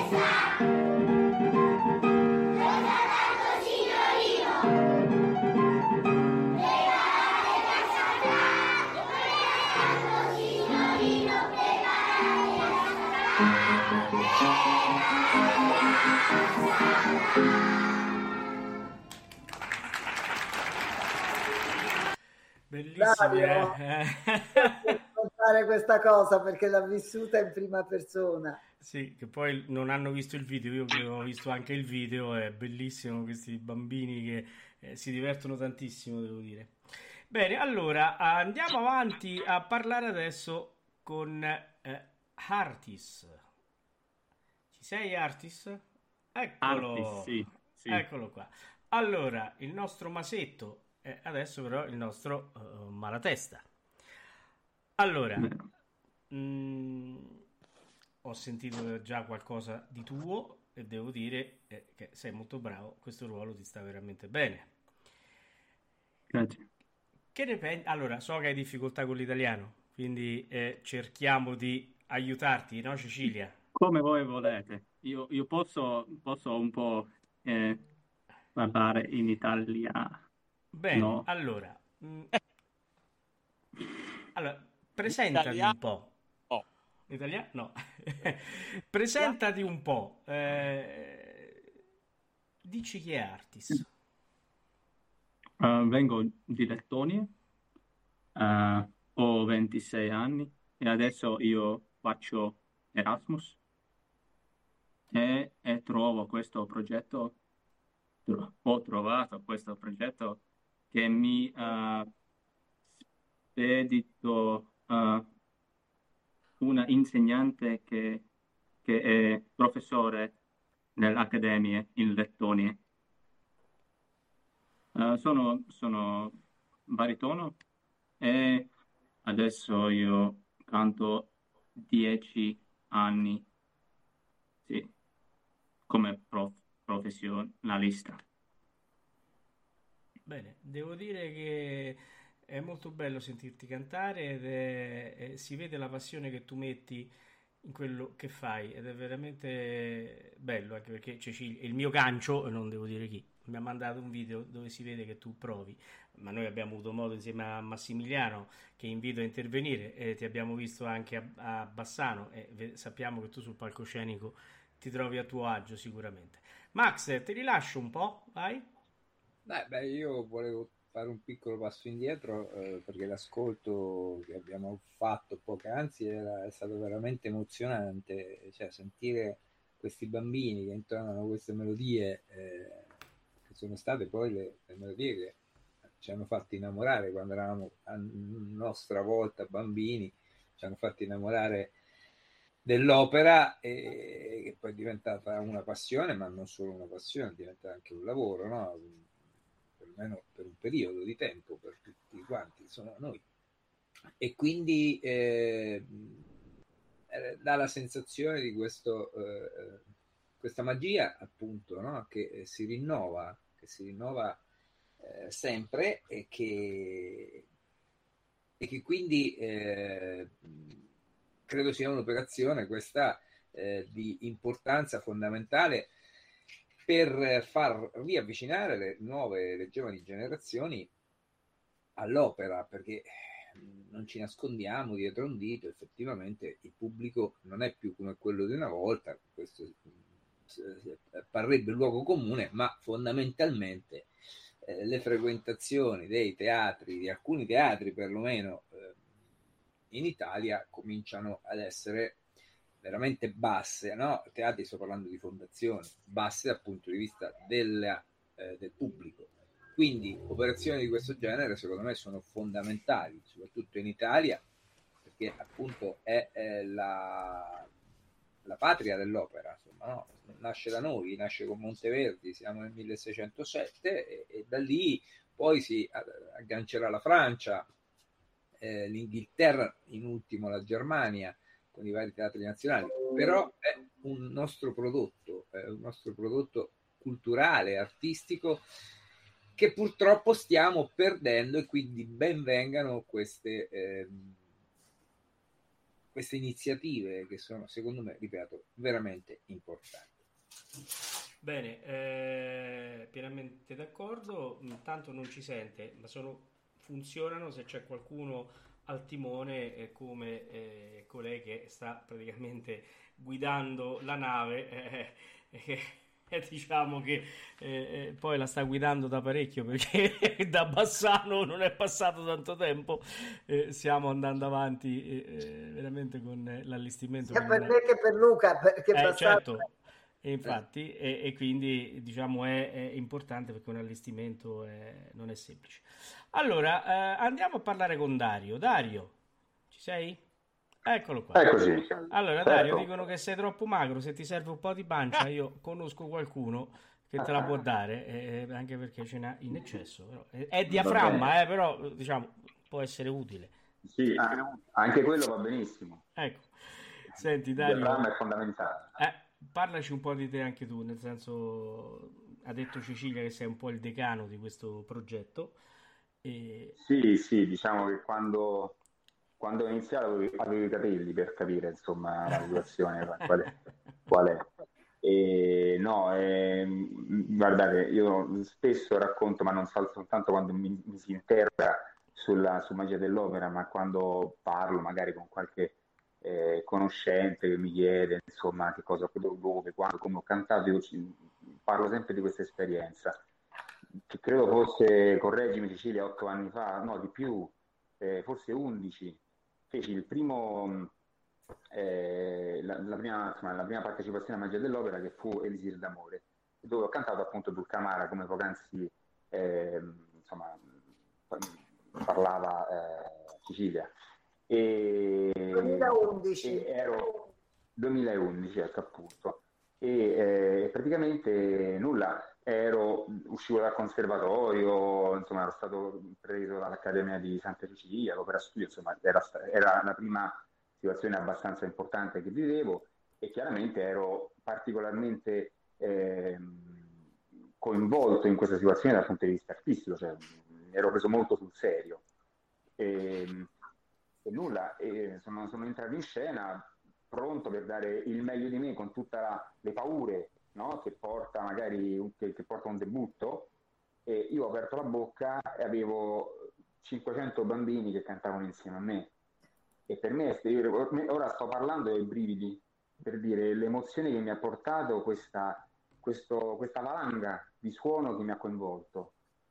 Bellissimi, Dario, eh? raccontare questa cosa perché l'ha vissuta in prima persona. Sì, che poi non hanno visto il video, io che ho visto anche il video, è bellissimo, questi bambini che eh, si divertono tantissimo, devo dire. Bene, allora andiamo avanti a parlare adesso con eh, Artis. Ci sei, Artis? Eccolo, Artis, sì, sì. eccolo qua. Allora, il nostro Masetto, eh, adesso però il nostro uh, Malatesta. Allora, mh, ho sentito già qualcosa di tuo e devo dire eh, che sei molto bravo, questo ruolo ti sta veramente bene. Grazie. Che ne pensi? Allora, so che hai difficoltà con l'italiano, quindi eh, cerchiamo di aiutarti, no Cecilia? Come voi volete. Io, io posso, posso un po' eh, parlare in italiano. Bene, No. allora, mh, allora, presentati Italiano? un po'. Oh. Italiano? No. Presentati un po'. Eh, dici chi è Artis. Uh, vengo di Lettonia, uh, ho ventisei anni e adesso io faccio Erasmus e, e trovo questo progetto, tro- ho trovato questo progetto che mi ha spedito uh, una insegnante che, che è professore nell'accademia in Lettonia. Uh, sono, sono baritono e adesso io canto dieci anni, sì, come prof, professionalista. Bene, devo dire che è molto bello sentirti cantare ed è, è- si vede la passione che tu metti in quello che fai ed è veramente bello, anche perché Cecilia, il mio gancio, non devo dire chi, mi ha mandato un video dove si vede che tu provi, ma noi abbiamo avuto modo insieme a Massimiliano che invito a intervenire e ti abbiamo visto anche a, a Bassano e ve- sappiamo che tu sul palcoscenico ti trovi a tuo agio sicuramente. Max, te li lascio un po', vai? Beh, beh, io volevo fare un piccolo passo indietro eh, perché l'ascolto che abbiamo fatto poc'anzi era, è stato veramente emozionante, cioè sentire questi bambini che intonano queste melodie eh, che sono state poi le, le melodie che ci hanno fatto innamorare quando eravamo a nostra volta bambini, ci hanno fatto innamorare dell'opera e che poi è diventata una passione, ma non solo una passione, è diventata anche un lavoro, no? Perlomeno per un periodo di tempo per tutti quanti, insomma noi. E quindi eh, eh, dà la sensazione di questo, eh, questa magia, appunto, no? Che si rinnova, che si rinnova eh, sempre e che, e che quindi eh, credo sia un'operazione questa eh, di importanza fondamentale per far riavvicinare le nuove, le giovani generazioni all'opera, perché non ci nascondiamo dietro un dito, effettivamente il pubblico non è più come quello di una volta, questo parrebbe luogo comune, ma fondamentalmente eh, le frequentazioni dei teatri, di alcuni teatri perlomeno eh, in Italia cominciano ad essere veramente basse, no? Teatri, sto parlando di fondazioni, basse dal punto di vista della, eh, del pubblico. Quindi operazioni di questo genere secondo me sono fondamentali, soprattutto in Italia, perché appunto è eh, la, la patria dell'opera, insomma, no? Nasce da noi, nasce con Monteverdi, siamo nel milleseicentosette e, e da lì poi si aggancerà la Francia, eh, l'Inghilterra, in ultimo la Germania, con i vari teatri nazionali, però è un nostro prodotto, è un nostro prodotto culturale, artistico, che purtroppo stiamo perdendo e quindi ben vengano queste, eh, queste iniziative che sono, secondo me, ripeto, veramente importanti. importante. Bene, eh, pienamente d'accordo. Intanto non ci sente, ma sono, funzionano se c'è qualcuno al timone, eh, come eh, colei che sta praticamente guidando la nave. Eh, eh, eh, diciamo che eh, eh, poi la sta guidando da parecchio, perché da Bassano non è passato tanto tempo. Eh, stiamo andando avanti eh, eh, veramente con eh, l'allestimento. Sia per me che per Luca, perché eh, Bassano... certo. E infatti, e, e quindi diciamo è, è importante, perché un allestimento è, non è semplice. Allora, eh, andiamo a parlare con Dario. Dario, ci sei? Eccolo qua. Eccoci. Allora, Certo. Dario, dicono che sei troppo magro, se ti serve un po' di pancia, io conosco qualcuno che te la può dare, eh, anche perché ce n'ha in eccesso. Però, è, è diaframma, eh, però diciamo può essere utile. Sì, anche quello va benissimo. Ecco, senti Il Dario, diaframma è fondamentale. eh, parlaci un po' di te anche tu, nel senso, ha detto Cecilia che sei un po' il decano di questo progetto. E... Sì, sì, diciamo che quando, quando ho iniziato avevo, avevo i capelli per capire, insomma, la situazione qual è. Qual è. E, no, eh, guardate, io spesso racconto, ma non soltanto quando mi, mi si interroga sulla su Magia dell'Opera, ma quando parlo magari con qualche eh, conoscente che mi chiede, insomma, che cosa, dove, quando, come ho cantato, io ci, parlo sempre di questa esperienza, che credo fosse, correggimi Cecilia, otto anni fa, no, di più, eh, forse undici, feci il primo... Eh, la, la, prima, insomma, la prima partecipazione a Magia dell'Opera, che fu Elisir d'amore, dove ho cantato appunto Dulcamara, come poc'anzi eh, insomma parlava eh, Cecilia, e, duemilaundici e ero duemilaundici, ecco, appunto, e eh, praticamente nulla, ero uscivo dal conservatorio, insomma ero stato preso dall'Accademia di Santa Cecilia, l'Opera Studio, insomma era, era la prima situazione abbastanza importante che vivevo, e chiaramente ero particolarmente eh, coinvolto in questa situazione dal punto di vista artistico, cioè mi ero preso molto sul serio e, e nulla, e sono, sono entrato in scena pronto per dare il meglio di me, con tutte le paure, no? che porta magari un, che, che porta un debutto, e io ho aperto la bocca e avevo cinquecento bambini che cantavano insieme a me. E per me, ora sto parlando dei brividi, per dire l'emozione che mi ha portato questa, questo, questa valanga di suono che mi ha coinvolto,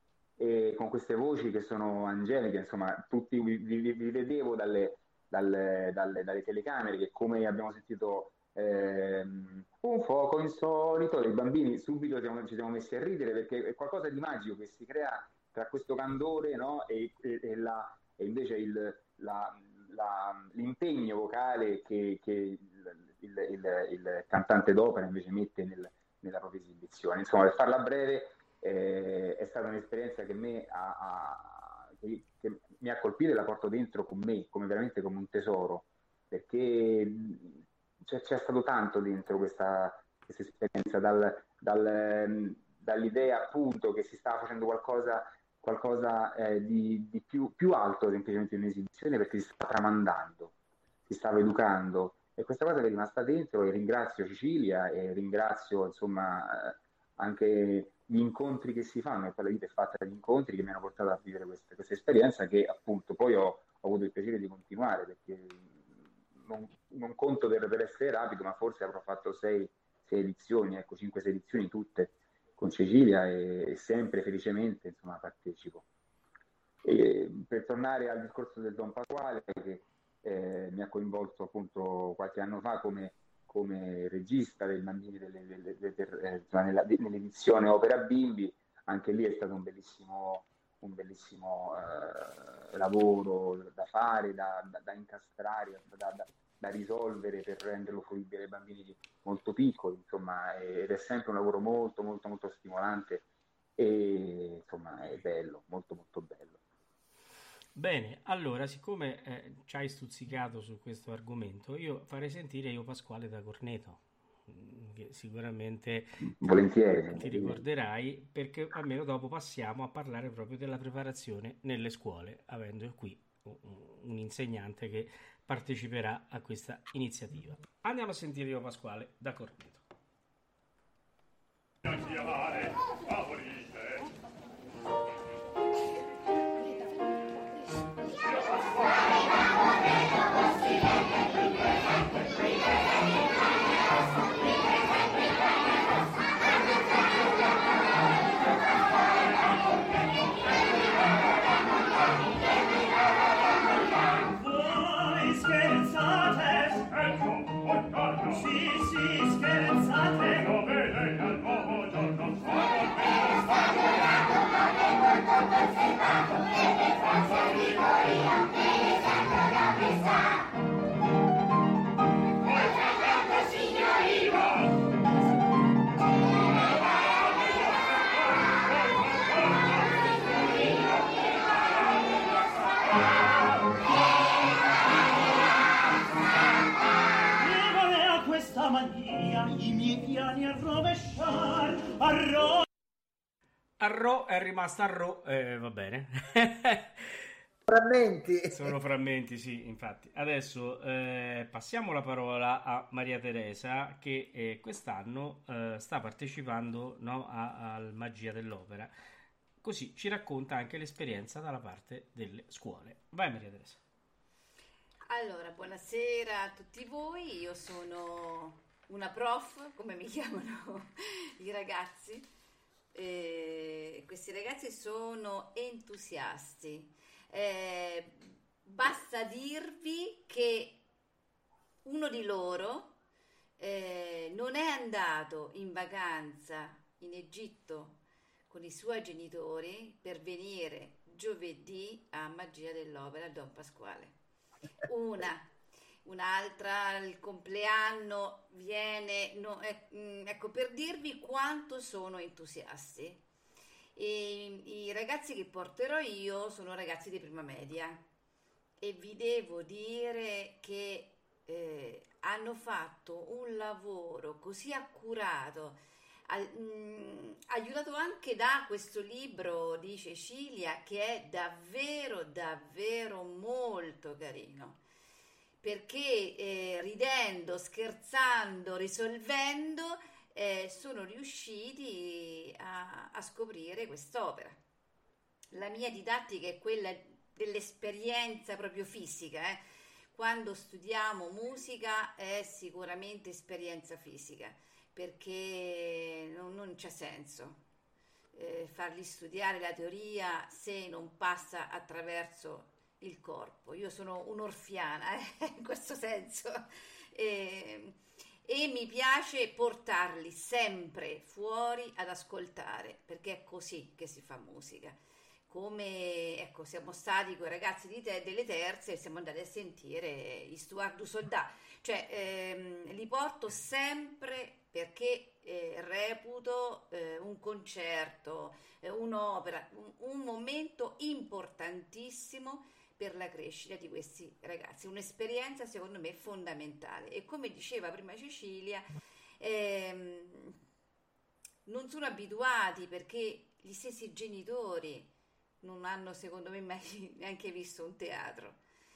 e con queste voci che sono angeliche, insomma, tutti vi, vi, vi vedevo dalle, dalle, dalle, dalle telecamere, che come abbiamo sentito ehm, un fuoco insolito, i bambini subito siamo, ci siamo messi a ridere, perché è qualcosa di magico che si crea tra questo candore, no? e, e, e, la, e invece il... La, La, l'impegno vocale che, che il, il, il, il cantante d'opera invece mette nel, nella propria esibizione. Insomma, per farla breve, eh, è stata un'esperienza che, me ha, ha, che, che mi ha colpito e la porto dentro con me, come veramente come un tesoro, perché c'è, c'è stato tanto dentro questa, questa esperienza, dal, dal, dall'idea appunto che si stava facendo qualcosa qualcosa eh, di, di più, più alto semplicemente in un'esibizione, perché si sta tramandando, si stava educando, e questa cosa è rimasta dentro, e ringrazio Cecilia e ringrazio insomma eh, anche gli incontri che si fanno, e poi la vita è fatta di incontri che mi hanno portato a vivere questa, questa esperienza, che appunto poi ho, ho avuto il piacere di continuare, perché non, non conto per, per essere rapido, ma forse avrò fatto sei, sei edizioni, ecco, cinque sei edizioni tutte con Cecilia, e, e sempre felicemente insomma partecipo. E per tornare al discorso del Don Pasquale, che eh, mi ha coinvolto appunto qualche anno fa come, come regista dei bambini delle, delle, delle, delle, nella, nell'edizione Opera Bimbi, anche lì è stato un bellissimo, un bellissimo eh, lavoro da fare, da, da, da incastrare, da, da, da risolvere, per renderlo fruibile ai bambini molto piccoli, insomma, ed è sempre un lavoro molto molto molto stimolante, e insomma è bello, molto molto bello. Bene, allora, siccome eh, ci hai stuzzicato su questo argomento, io farei sentire io Pasquale da Corneto, che sicuramente volentieri ti ricorderai, perché almeno dopo passiamo a parlare proprio della preparazione nelle scuole, avendo qui un insegnante che parteciperà a questa iniziativa. Andiamo a sentire io Pasquale da Corneto. chiamare favorite. Voi scherzate? Ecco, oh carlo. Sì, sì, scherzate. Lo vedete al nuovo giorno. Levane a questa mania i miei piani a rovesciar, a ro- Arro è rimasta Arro, eh, va bene. Frammenti. Sono frammenti, sì, infatti. Adesso eh, passiamo la parola a Maria Teresa che eh, quest'anno eh, sta partecipando, no, a- al Magia dell'Opera. Così ci racconta anche l'esperienza dalla parte delle scuole. Vai Maria Teresa. Allora, buonasera a tutti voi, io sono una prof, come mi chiamano i ragazzi. Eh, questi ragazzi sono entusiasti. Eh, basta dirvi che uno di loro eh, non è andato in vacanza in Egitto con i suoi genitori per venire giovedì a Magia dell'Opera a Don Pasquale. Una, un'altra, il compleanno viene, no, eh, mm, ecco, per dirvi quanto sono entusiasti. E i ragazzi che porterò io sono ragazzi di prima media e vi devo dire che eh, hanno fatto un lavoro così accurato, a- mh, aiutato anche da questo libro di Cecilia che è davvero davvero molto carino, perché eh, ridendo, scherzando, risolvendo eh, sono riusciti a, a scoprire quest'opera. La mia didattica è quella dell'esperienza proprio fisica, eh. Quando studiamo musica è sicuramente esperienza fisica, perché non, non c'è senso eh, fargli studiare la teoria se non passa attraverso il corpo. Io sono un'orfiana eh, in questo senso e, e mi piace portarli sempre fuori ad ascoltare, perché è così che si fa musica. Come ecco, siamo stati con i ragazzi di te, delle terze e siamo andati a sentire i Stuart du Soldat, cioè ehm, li porto sempre perché eh, reputo eh, un concerto, eh, un'opera, un, un momento importantissimo per la crescita di questi ragazzi, un'esperienza secondo me fondamentale. E come diceva prima Cecilia, ehm, non sono abituati perché gli stessi genitori non hanno secondo me mai neanche visto un teatro.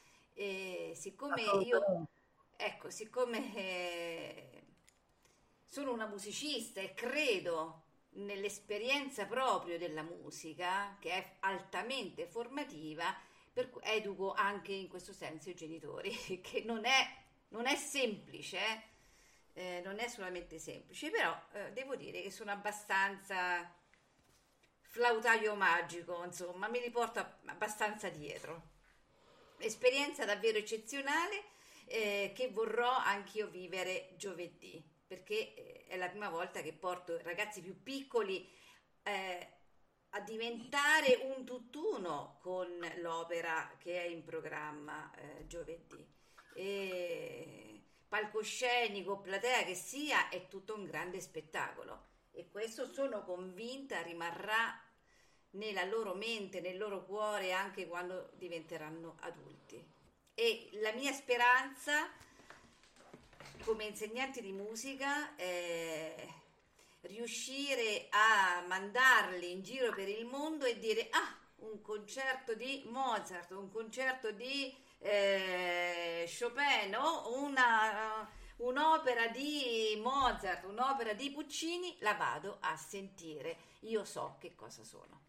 E siccome io, ecco, siccome eh, sono una musicista e credo nell'esperienza proprio della musica, che è altamente formativa, per cui educo anche in questo senso i genitori, che non è, non è semplice, eh? Eh, non è solamente semplice, però eh, devo dire che sono abbastanza flautaio magico, insomma, mi riporto abbastanza dietro. Esperienza davvero eccezionale eh, che vorrò anch'io vivere giovedì, perché eh, è la prima volta che porto ragazzi più piccoli eh, a diventare un tutt'uno con l'opera che è in programma eh, giovedì. E palcoscenico, platea che sia, è tutto un grande spettacolo. E questo sono convinta rimarrà nella loro mente, nel loro cuore anche quando diventeranno adulti. E la mia speranza come insegnante di musica è riuscire a mandarli in giro per il mondo e dire: ah, un concerto di Mozart, un concerto di eh, Chopin, o una, un'opera di Mozart, un'opera di Puccini, la vado a sentire. Io so che cosa sono.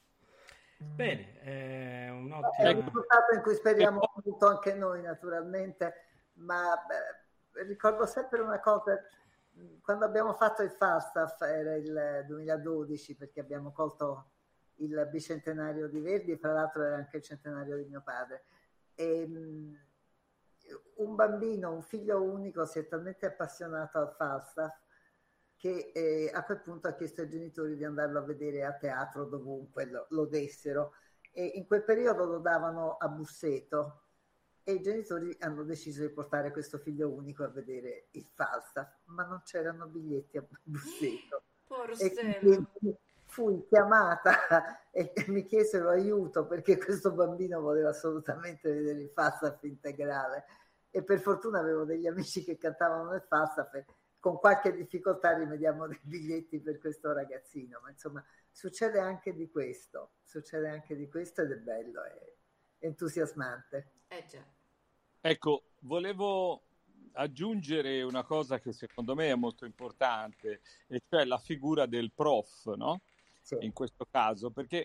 Bene, è È un un'ottima... risultato in cui speriamo molto anche noi, naturalmente, ma beh, ricordo sempre una cosa. Quando abbiamo fatto il Falstaff, era il duemiladodici, perché abbiamo colto il bicentenario di Verdi, e fra l'altro era anche il centenario di mio padre. E, um, un bambino, un figlio unico, si è talmente appassionato al Falstaff che eh, a quel punto ha chiesto ai genitori di andarlo a vedere a teatro dovunque lo, lo dessero, e in quel periodo lo davano a Busseto, e i genitori hanno deciso di portare questo figlio unico a vedere il Falstaff, ma non c'erano biglietti a Busseto. E quindi fui chiamata e mi chiesero aiuto perché questo bambino voleva assolutamente vedere il Falstaff integrale, e per fortuna avevo degli amici che cantavano nel Falstaff e con qualche difficoltà rimediamo dei biglietti per questo ragazzino. Ma insomma succede anche di questo, succede anche di questo ed è bello, è entusiasmante. Eh già. Ecco, volevo aggiungere una cosa che secondo me è molto importante, e cioè la figura del prof, no? Sì. In questo caso, perché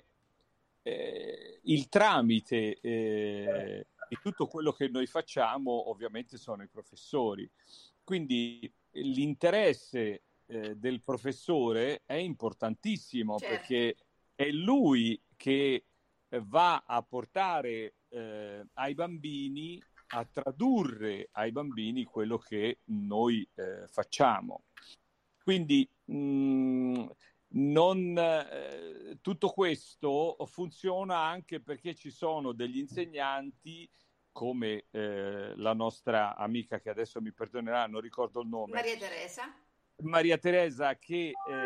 eh, il tramite eh, di tutto quello che noi facciamo ovviamente sono i professori, quindi l'interesse eh, del professore è importantissimo, certo, perché è lui che va a portare eh, ai bambini, a tradurre ai bambini quello che noi eh, facciamo. Quindi mh, non, eh, tutto questo funziona anche perché ci sono degli insegnanti come eh, la nostra amica, che adesso mi perdonerà, non ricordo il nome, Maria Teresa Maria Teresa, che eh,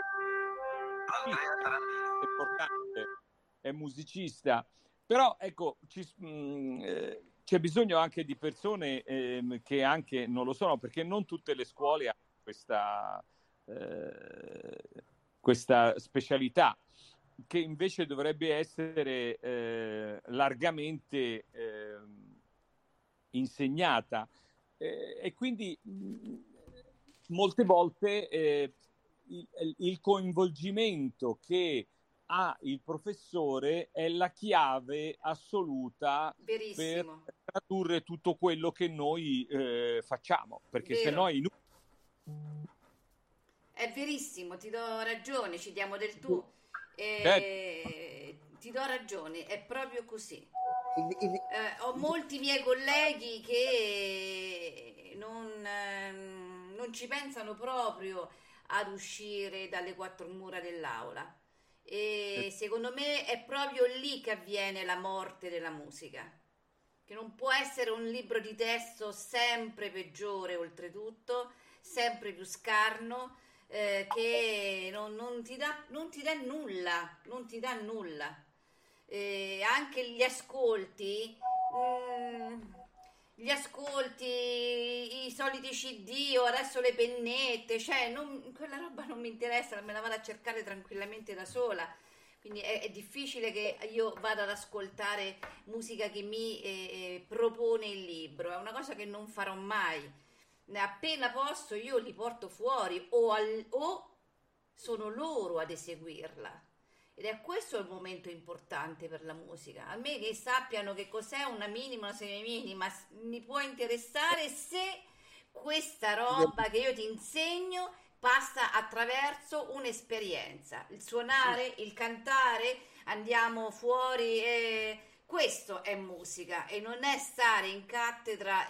è importante, è musicista, però ecco ci, mh, eh, c'è bisogno anche di persone eh, che anche non lo sono, perché non tutte le scuole hanno questa, eh, questa specialità, che invece dovrebbe essere eh, largamente eh, insegnata, eh, e quindi mh, molte volte eh, il, il coinvolgimento che ha il professore è la chiave assoluta Verissimo. per tradurre tutto quello che noi eh, facciamo, perché Vero. se no è inutile. È verissimo, ti do ragione, ci diamo del tu. Eh, ti do ragione, è proprio così. Eh, ho molti miei colleghi che non, eh, non ci pensano proprio ad uscire dalle quattro mura dell'aula. E secondo me è proprio lì che avviene la morte della musica, che non può essere un libro di testo sempre peggiore, oltretutto sempre più scarno, eh, che non, non ti dà non ti dà nulla, non ti dà nulla. Eh, anche gli ascolti mh, gli ascolti, i soliti C D o adesso le pennette, cioè non, quella roba non mi interessa, me la vado a cercare tranquillamente da sola. Quindi è, è difficile che io vada ad ascoltare musica che mi eh, propone il libro, è una cosa che non farò mai. Appena posso io li porto fuori o, al, o sono loro ad eseguirla. Ed è questo il momento importante per la musica. A me che sappiano che cos'è una minima, una semiminima, mi può interessare se questa roba che io ti insegno passa attraverso un'esperienza. Il suonare, il cantare, andiamo fuori e questo è musica e non è stare in cattedra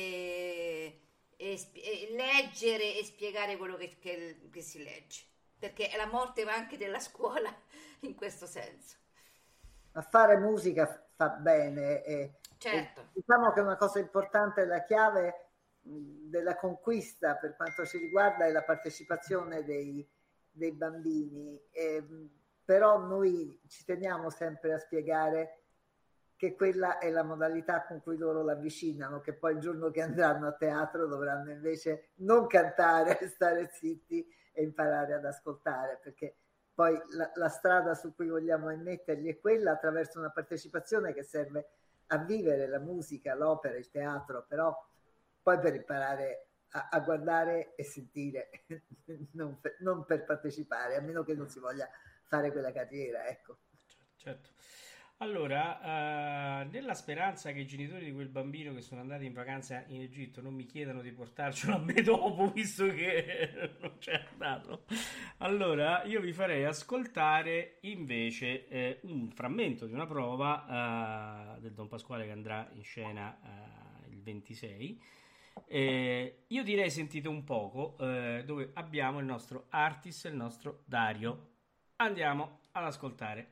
e, e, e leggere e spiegare quello che, che, che si legge. Perché è la morte anche della scuola in questo senso. Ma fare musica fa bene. E, certo. E diciamo che una cosa importante è la chiave della conquista per quanto ci riguarda è la partecipazione dei, dei bambini. E, però noi ci teniamo sempre a spiegare che quella è la modalità con cui loro l'avvicinano, che poi il giorno che andranno a teatro dovranno invece non cantare, stare zitti e imparare ad ascoltare, perché poi la, la strada su cui vogliamo immetterli è quella, attraverso una partecipazione che serve a vivere la musica, l'opera, il teatro, però poi per imparare a, a guardare e sentire, non per, non per partecipare, a meno che non si voglia fare quella carriera, ecco. Certo. Allora, eh, nella speranza che i genitori di quel bambino che sono andati in vacanza in Egitto non mi chiedano di portarcelo a me dopo, visto che non c'è andato, allora io vi farei ascoltare invece eh, un frammento di una prova eh, del Don Pasquale che andrà in scena eh, il ventisei. Eh, io direi sentite un poco, eh, dove abbiamo il nostro artist, il nostro Dario. Andiamo ad ascoltare.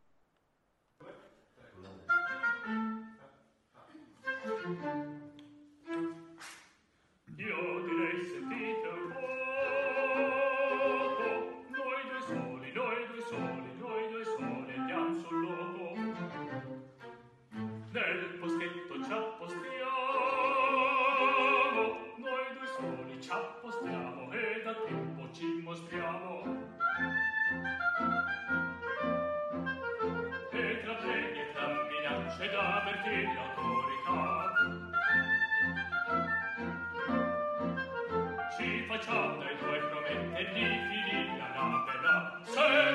Io direi sentite un po', noi due soli, noi due soli, noi due soli andiamo sul loco, nel boschetto ci appostiamo, noi due soli ci appostiamo e da tempo ci mostriamo. E tra premi e tra minacce da avvertire l'autorità ci facciamo dai tuoi promette di finire la rapera. Se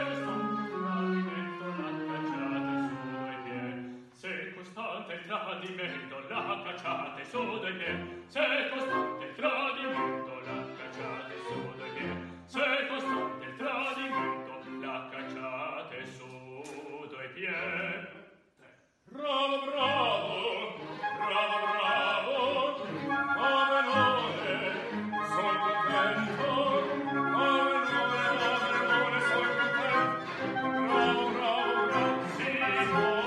costante il tradimento la cacciate su dai piedi, se costante il tradimento la cacciate su dai piedi, se costante il tradimento la cacciate su dai piedi. Bravo, bravo, bravo, bravo, ave nove, sono contento, ave nove, ave nove, sono contento, bravo, bravo, bravo, sì, sono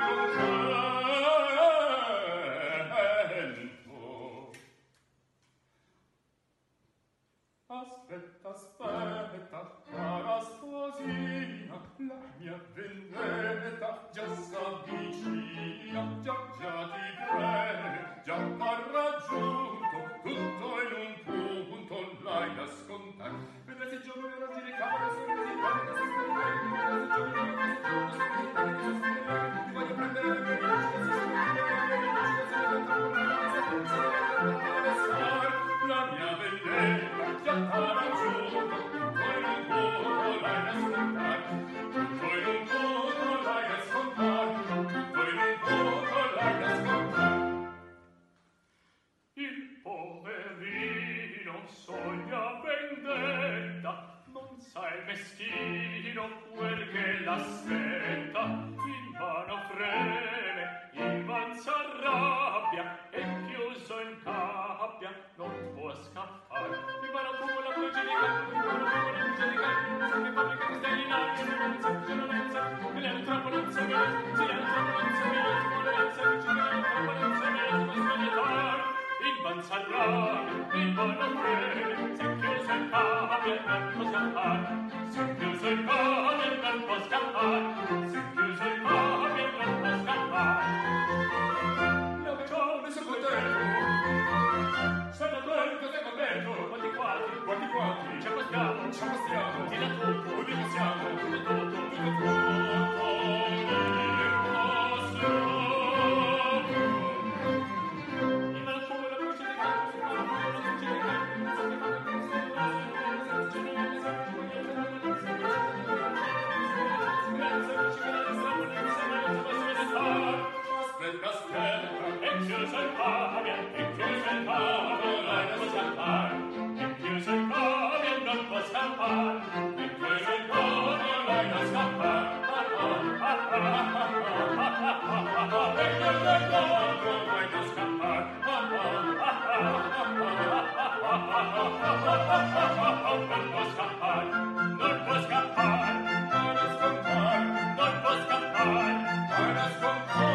contento. Aspetta, aspetta, cara sposina, la mia vendetta già s'avvicina, già, già ti preme, già t'ha raggiunto, tutto in un punto l'hai da scontare. Vedresti il giorno che raggi di capo, adesso che si fa, che si sta bene, vedresti il giorno che si fa, che si sta bene, ti voglio prendere le mie amici, che si sta bene, che si sta bene, la mia vendetta già t'ha raggiunto, tutto in un punto l'hai da scontare, tutto in un punto l'hai da scontare, tutto in un punto l'hai da scontare. Il poverino sogna vendetta, non sa il meschino quel che l'aspetta, in vano freme, in van s'arrabbia e chiuso in gabbia non può scappare. In vano come la voce di canto, in vano come la voce di canto, non sa che fabbrica che stai in alto, non sa che non sa, che le hanno troppo non sa che, se le hanno troppo non sa che, si vuole non sa che, ci le hanno troppo non sa che, si può sbagliare. In van s'arrabbia, in vano freme, si è chiuso in gabbia non può scappare, si è chiuso in gabbia non può scappare, si è chiuso in gabbia non può scappare. Ciao, ne sono contento, sono contento, sei contento, quanti quanti, quanti quanti, ci appostiamo, ci appostiamo, ti da tutto, ti passiamo, tutto, tutto, tutto, tutto, aspetta, aspetta, è chiuso il cavia, è chiuso il cavia, non può scappare, è chiuso il cavia, non può scappare, è chiuso il cavia, non può scappare, è chiuso il cavia, non può scappare, non può scappare, non può scappare, non può scappare, non può scappare, non può scappare.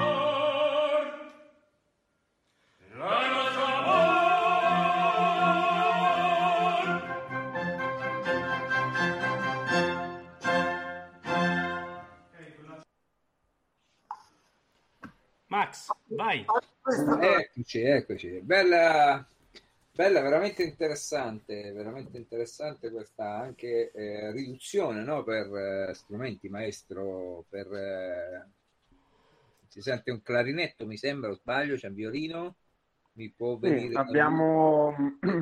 Max, vai. Eccoci, eccoci. Bella, bella, veramente interessante, veramente interessante questa anche eh, riduzione, no? Per eh, strumenti, maestro, per eh, si sente un clarinetto, mi sembra, o sbaglio, c'è un violino, mi può venire... Sì, abbiamo,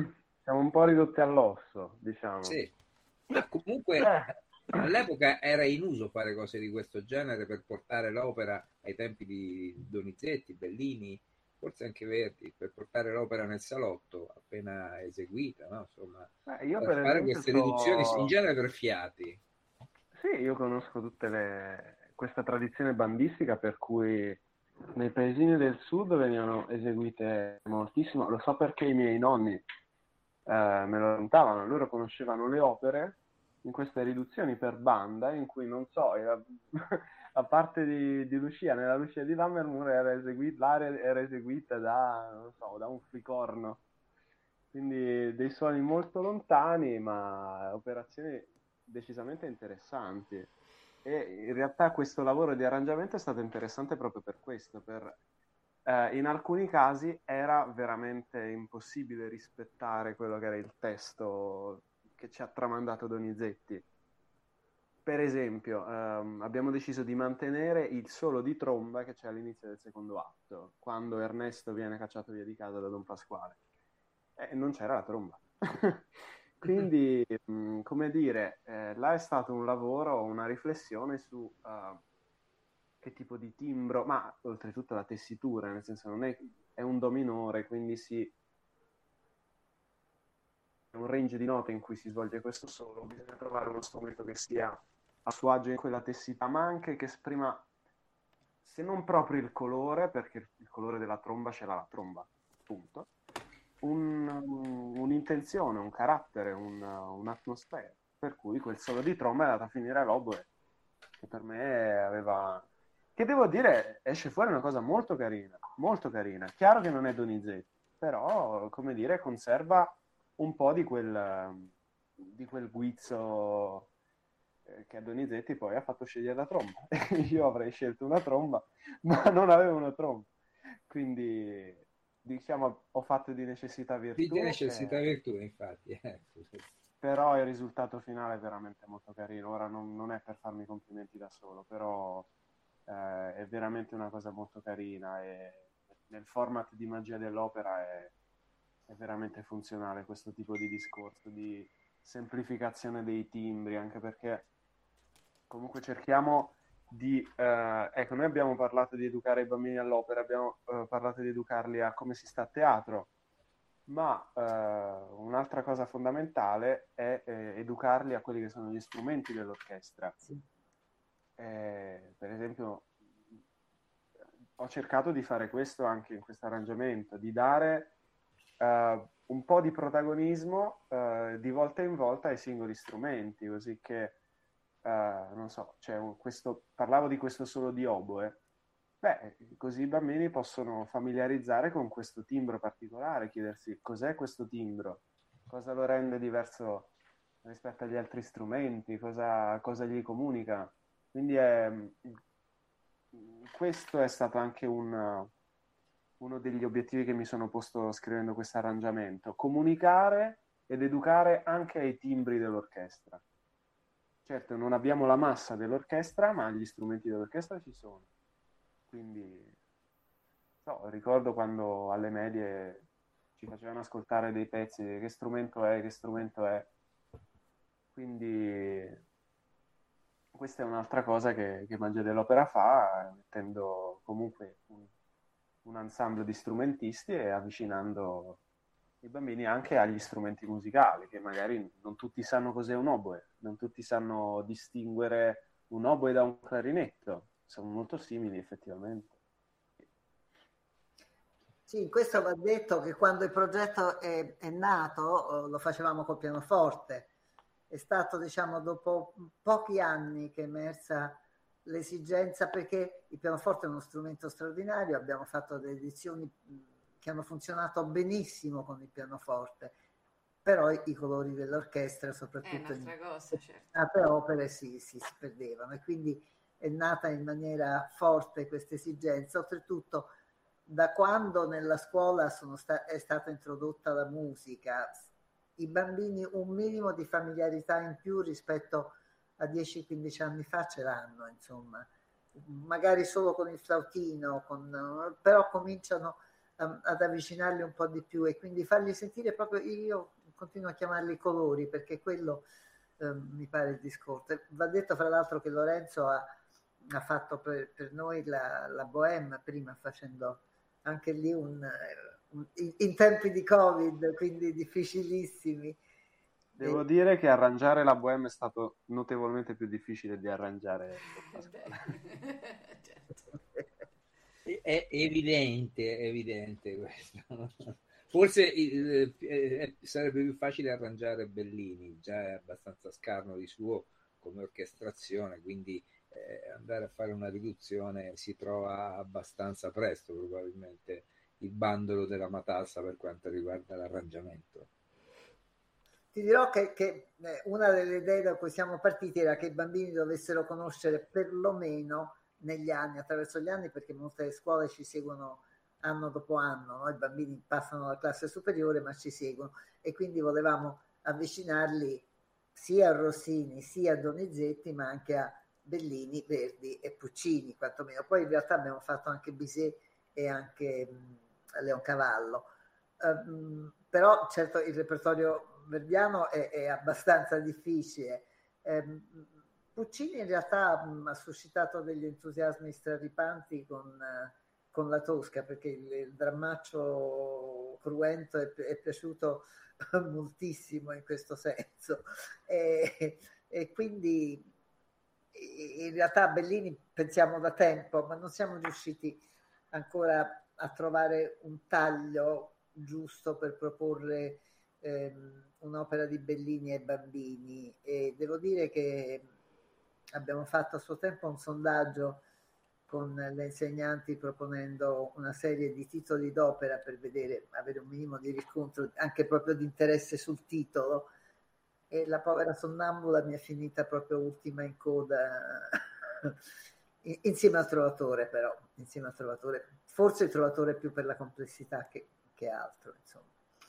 siamo un po' ridotti all'osso, diciamo. Sì, ma comunque Eh. all'epoca era in uso fare cose di questo genere per portare l'opera ai tempi di Donizetti, Bellini, forse anche Verdi, per portare l'opera nel salotto appena eseguita, no? Insomma, Eh, io per per fare esempio queste so- riduzioni in genere per fiati. Sì, io conosco tutte le... questa tradizione bandistica per cui nei paesini del sud venivano eseguite moltissimo. Lo so perché i miei nonni eh, me lo raccontavano, loro conoscevano le opere in queste riduzioni per banda in cui, non so, era- a parte di, di Lucia, nella Lucia di Lammermoor era eseguita, l'area era eseguita da, non so, da un flicorno. Quindi dei suoni molto lontani, ma operazioni decisamente interessanti. E in realtà questo lavoro di arrangiamento è stato interessante proprio per questo, per, eh, in alcuni casi era veramente impossibile rispettare quello che era il testo che ci ha tramandato Donizetti. Per esempio, ehm, abbiamo deciso di mantenere il solo di tromba che c'è all'inizio del secondo atto, quando Ernesto viene cacciato via di casa da Don Pasquale. E non c'era la tromba. Quindi, mh, come dire, eh, là è stato un lavoro, una riflessione su uh, che tipo di timbro, ma oltretutto la tessitura, nel senso non è, è un do minore, quindi si è un range di note in cui si svolge questo solo, bisogna trovare uno strumento che sia a suo agio in quella tessitura, ma anche che esprima, se non proprio il colore, perché il colore della tromba ce l'ha la tromba, punto, un, un'intenzione, un carattere, un, un'atmosfera, per cui quel solo di tromba è andato a finire all'oboe, che per me aveva... che devo dire, esce fuori una cosa molto carina, molto carina. Chiaro che non è Donizetti, però, come dire, conserva un po' di quel, di quel guizzo eh, che a Donizetti poi ha fatto scegliere la tromba. Io avrei scelto una tromba, ma non avevo una tromba. Quindi, diciamo, ho fatto di necessità virtù. Di necessità e... virtù, infatti. Eh. Però il risultato finale è veramente molto carino. Ora non, non è per farmi complimenti da solo, però eh, è veramente una cosa molto carina e nel format di magia dell'opera è, è veramente funzionale questo tipo di discorso di semplificazione dei timbri, anche perché comunque cerchiamo di... Eh, ecco, noi abbiamo parlato di educare i bambini all'opera, abbiamo eh, parlato di educarli a come si sta a teatro, ma eh, un'altra cosa fondamentale è eh, educarli a quelli che sono gli strumenti dell'orchestra. Sì. Eh, per esempio, ho cercato di fare questo anche in questo arrangiamento, di dare eh, un po' di protagonismo eh, di volta in volta ai singoli strumenti, così che, eh, non so, c'è un, questo, parlavo di questo solo di oboe. Beh, così i bambini possono familiarizzare con questo timbro particolare, chiedersi cos'è questo timbro, cosa lo rende diverso rispetto agli altri strumenti, cosa, cosa gli comunica. Quindi è, questo è stato anche un, uno degli obiettivi che mi sono posto scrivendo questo arrangiamento, comunicare ed educare anche ai timbri dell'orchestra. Certo, non abbiamo la massa dell'orchestra, ma gli strumenti dell'orchestra ci sono. Quindi, so, ricordo quando alle medie ci facevano ascoltare dei pezzi, che strumento è, che strumento è. Quindi questa è un'altra cosa che, che Magia dell'Opera fa, mettendo comunque un, un ensemble di strumentisti e avvicinando i bambini anche agli strumenti musicali, che magari non tutti sanno cos'è un oboe, non tutti sanno distinguere un oboe da un clarinetto. Sono molto simili effettivamente. Sì, questo va detto che quando il progetto è, è nato lo facevamo col pianoforte. È stato, diciamo, dopo pochi anni che è emersa l'esigenza, perché il pianoforte è uno strumento straordinario, abbiamo fatto delle edizioni che hanno funzionato benissimo con il pianoforte, però i, i colori dell'orchestra, soprattutto in cosa, certo. altre opere, si, si, si perdevano, e quindi è nata in maniera forte questa esigenza. Oltretutto, da quando nella scuola sono sta- è stata introdotta la musica, i bambini un minimo di familiarità in più rispetto a dieci quindici anni fa ce l'hanno, insomma, magari solo con il flautino, con, però cominciano a, ad avvicinarli un po' di più, e quindi fargli sentire proprio, io continuo a chiamarli colori perché quello eh, mi pare il discorso. Va detto fra l'altro che Lorenzo ha, ha fatto per, per noi la, la Bohème prima, facendo anche lì un, un in, in tempi di Covid, quindi difficilissimi. Devo dire che arrangiare la Bohème è stato notevolmente più difficile di arrangiare certo. È evidente, è evidente questo. Forse eh, eh, sarebbe più facile arrangiare Bellini, già è abbastanza scarno di suo come orchestrazione, quindi eh, andare a fare una riduzione si trova abbastanza presto, probabilmente, il bandolo della matassa per quanto riguarda l'arrangiamento. Ti dirò che, che una delle idee da cui siamo partiti era che i bambini dovessero conoscere perlomeno negli anni, attraverso gli anni, perché molte scuole ci seguono anno dopo anno, no? I bambini passano alla classe superiore ma ci seguono, e quindi volevamo avvicinarli sia a Rossini sia a Donizetti, ma anche a Bellini, Verdi e Puccini quantomeno. Poi in realtà abbiamo fatto anche Bizet e anche mh, Leoncavallo, um, però certo il repertorio verdiano è, è abbastanza difficile. Um, Puccini in realtà mh, ha suscitato degli entusiasmi straripanti con, uh, con la Tosca, perché il, il drammaccio cruento è, è piaciuto moltissimo in questo senso, e, e quindi in realtà a Bellini pensiamo da tempo, ma non siamo riusciti ancora a trovare un taglio giusto per proporre ehm, un'opera di Bellini ai bambini. E devo dire che abbiamo fatto a suo tempo un sondaggio con le insegnanti proponendo una serie di titoli d'opera per vedere, avere un minimo di riscontro anche proprio di interesse sul titolo, e la povera sonnambula mi è finita proprio ultima in coda insieme al Trovatore, però insieme al Trovatore, forse il Trovatore più per la complessità che, che altro, insomma.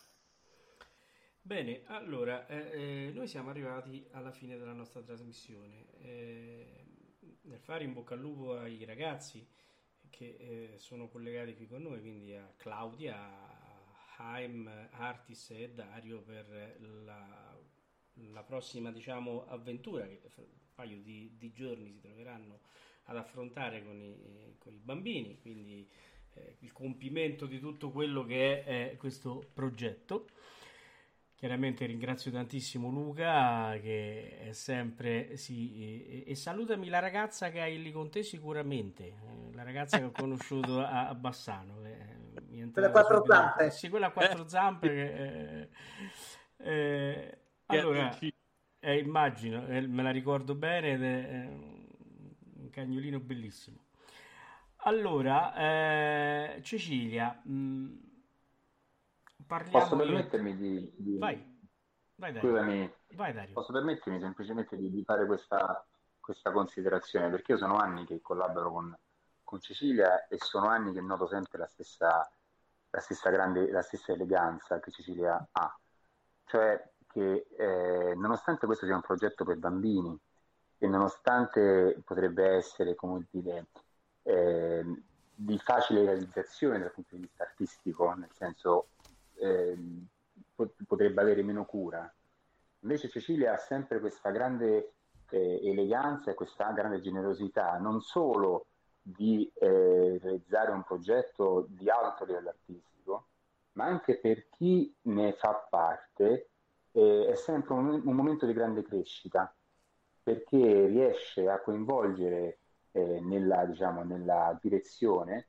Bene, allora eh, eh, noi siamo arrivati alla fine della nostra trasmissione. Eh, nel fare in bocca al lupo ai ragazzi che eh, sono collegati qui con noi, quindi a Claudia, Haim, Artis e Dario, per la, la prossima, diciamo, avventura che fra un paio di, di giorni si troveranno ad affrontare con i, con i bambini, quindi eh, il compimento di tutto quello che è eh, questo progetto. Chiaramente ringrazio tantissimo Luca, che è sempre sì, e, e salutami la ragazza che hai lì con te sicuramente, eh, la ragazza che ho conosciuto a, a Bassano, eh, quella quattro zampe, sì, quella a quattro zampe che, eh, eh, allora eh, immagino, eh, me la ricordo bene ed è eh, un cagnolino bellissimo. Allora eh, Cecilia, mh, parliamo. Posso permettermi di, di... Vai. Vai, Dario. Scusami, Vai, Dario. Posso permettermi semplicemente di, di fare questa, questa considerazione, perché io sono anni che collaboro con, con Cecilia e sono anni che noto sempre la stessa, la stessa grande, la stessa eleganza che Cecilia ha, cioè che eh, nonostante questo sia un progetto per bambini e nonostante potrebbe essere, come dire, eh, di facile realizzazione dal punto di vista artistico, nel senso eh, potrebbe avere meno cura, invece Cecilia ha sempre questa grande eh, eleganza e questa grande generosità, non solo di eh, realizzare un progetto di alto livello artistico, ma anche per chi ne fa parte eh, è sempre un, un momento di grande crescita, perché riesce a coinvolgere eh, nella, diciamo, nella direzione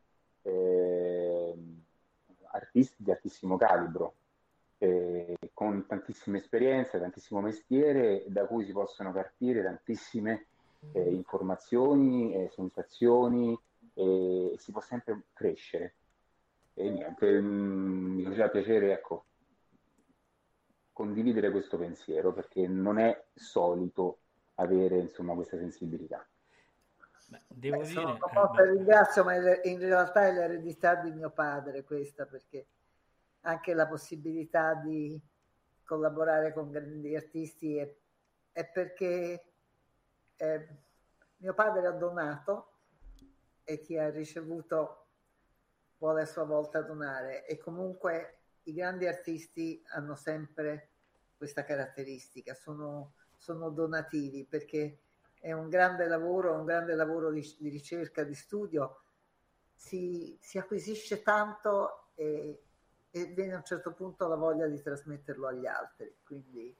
eh, artisti di altissimo calibro, eh, con tantissime esperienze, tantissimo mestiere, da cui si possono partire tantissime eh, informazioni, eh, sensazioni, e si può sempre crescere. E niente, mh, mi faceva piacere, ecco, condividere questo pensiero, perché non è solito avere, insomma, questa sensibilità. Beh, devo Beh, dire, sono eh, commossa, ringrazio, ma in realtà è l'eredità di mio padre questa, perché anche la possibilità di collaborare con grandi artisti è, è perché eh, mio padre ha donato e chi ha ricevuto vuole a sua volta donare, e comunque i grandi artisti hanno sempre questa caratteristica, sono, sono donativi, perché è un grande lavoro, un grande lavoro di, di ricerca, di studio, si, si acquisisce tanto e, e viene a un certo punto la voglia di trasmetterlo agli altri, quindi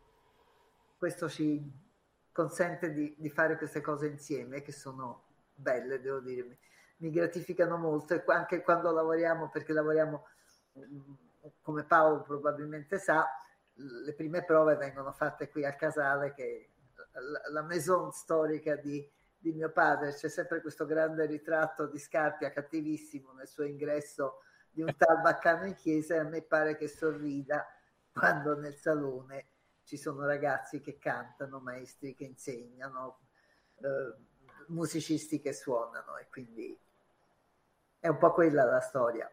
questo ci consente di, di fare queste cose insieme, che sono belle, devo dire, mi, mi gratificano molto, e anche quando lavoriamo, perché lavoriamo, come Paolo probabilmente sa, le prime prove vengono fatte qui al Casale, che è la, la maison storica di, di mio padre. C'è sempre questo grande ritratto di Scarpia cattivissimo nel suo ingresso di un tal Baccano in chiesa, e a me pare che sorrida quando nel salone ci sono ragazzi che cantano, maestri che insegnano, eh, musicisti che suonano, e quindi è un po' quella la storia.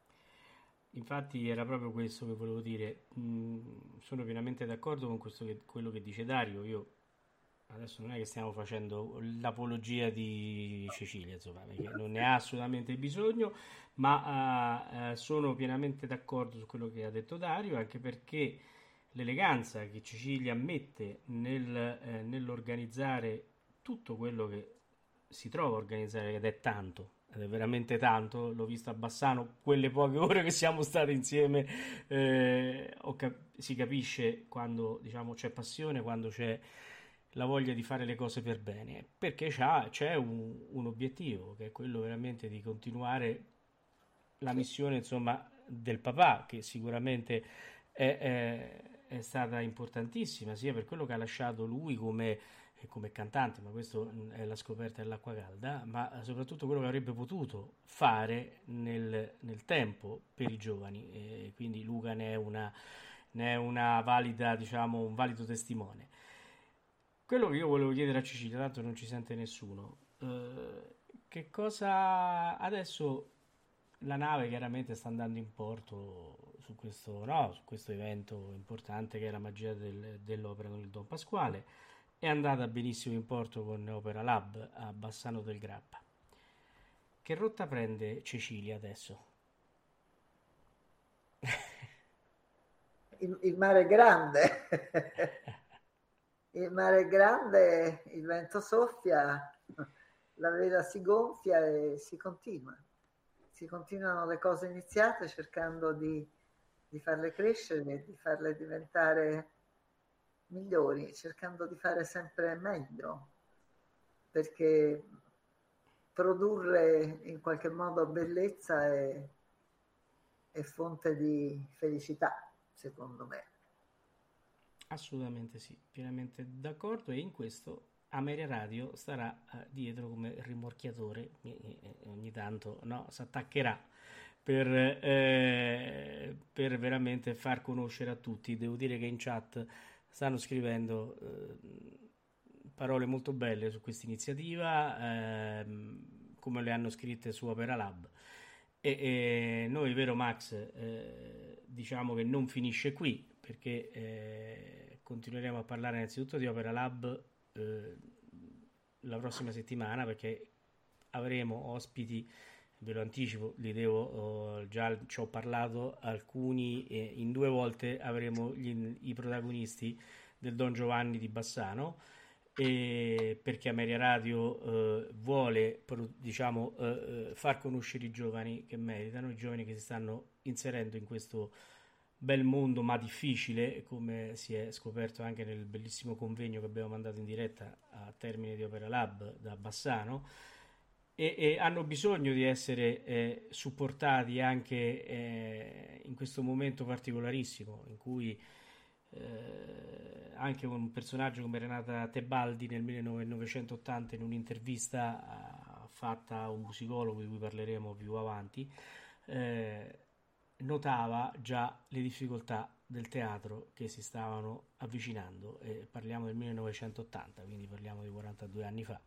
Infatti era proprio questo che volevo dire. Mm, sono pienamente d'accordo con questo che, quello che dice Dario. Io adesso non è che stiamo facendo l'apologia di Cecilia, insomma, perché non ne ha assolutamente bisogno, ma uh, uh, sono pienamente d'accordo su quello che ha detto Dario, anche perché l'eleganza che Cecilia mette nel, eh, nell'organizzare tutto quello che si trova a organizzare, ed è tanto, ed è veramente tanto. L'ho visto a Bassano, quelle poche ore che siamo stati insieme, eh, ho cap- si capisce quando, diciamo, c'è passione, quando c'è la voglia di fare le cose per bene, perché c'ha, c'è un, un obiettivo, che è quello veramente di continuare la missione, insomma, del papà, che sicuramente è, è, è stata importantissima, sia per quello che ha lasciato lui come, come cantante, ma questo è la scoperta dell'acqua calda, ma soprattutto quello che avrebbe potuto fare nel, nel tempo per i giovani, e quindi Luca ne è una, ne è una valida, diciamo, un valido testimone. Quello che io volevo chiedere a Cecilia, tanto non ci sente nessuno, eh, che cosa adesso la nave chiaramente sta andando in porto su questo, no, su questo evento importante che è la magia del, dell'opera con il Don Pasquale, è andata benissimo in porto con Opera Lab a Bassano del Grappa. Che rotta prende Cecilia adesso? Il, il mare è grande. Il mare è grande, il vento soffia, la vela si gonfia e si continua. Si continuano le cose iniziate, cercando di, di farle crescere, di farle diventare migliori, cercando di fare sempre meglio, perché produrre in qualche modo bellezza è, è fonte di felicità, secondo me. Assolutamente sì, pienamente d'accordo, e in questo Ameria Radio starà uh, dietro come rimorchiatore, e, e, ogni tanto no, si attaccherà per, eh, per veramente far conoscere a tutti. Devo dire che in chat stanno scrivendo eh, parole molto belle su questa iniziativa, eh, come le hanno scritte su Opera Lab, e, e noi, vero Max, eh, diciamo che non finisce qui, perché eh, continueremo a parlare innanzitutto di Opera Lab eh, la prossima settimana, perché avremo ospiti, ve lo anticipo, li devo, oh, già ci ho parlato, alcuni, eh, in due volte avremo gli, i protagonisti del Don Giovanni di Bassano, e perché Ameria Radio eh, vuole, diciamo, eh, far conoscere i giovani che meritano, i giovani che si stanno inserendo in questo bel mondo ma difficile, come si è scoperto anche nel bellissimo convegno che abbiamo mandato in diretta a termine di Opera Lab da Bassano, e, e hanno bisogno di essere eh, supportati anche eh, in questo momento particolarissimo in cui eh, anche un personaggio come Renata Tebaldi nel millenovecentottanta, in un'intervista uh, fatta a un musicologo di cui parleremo più avanti, eh, notava già le difficoltà del teatro che si stavano avvicinando, e parliamo del millenovecentottanta, quindi parliamo di quarantadue anni fa,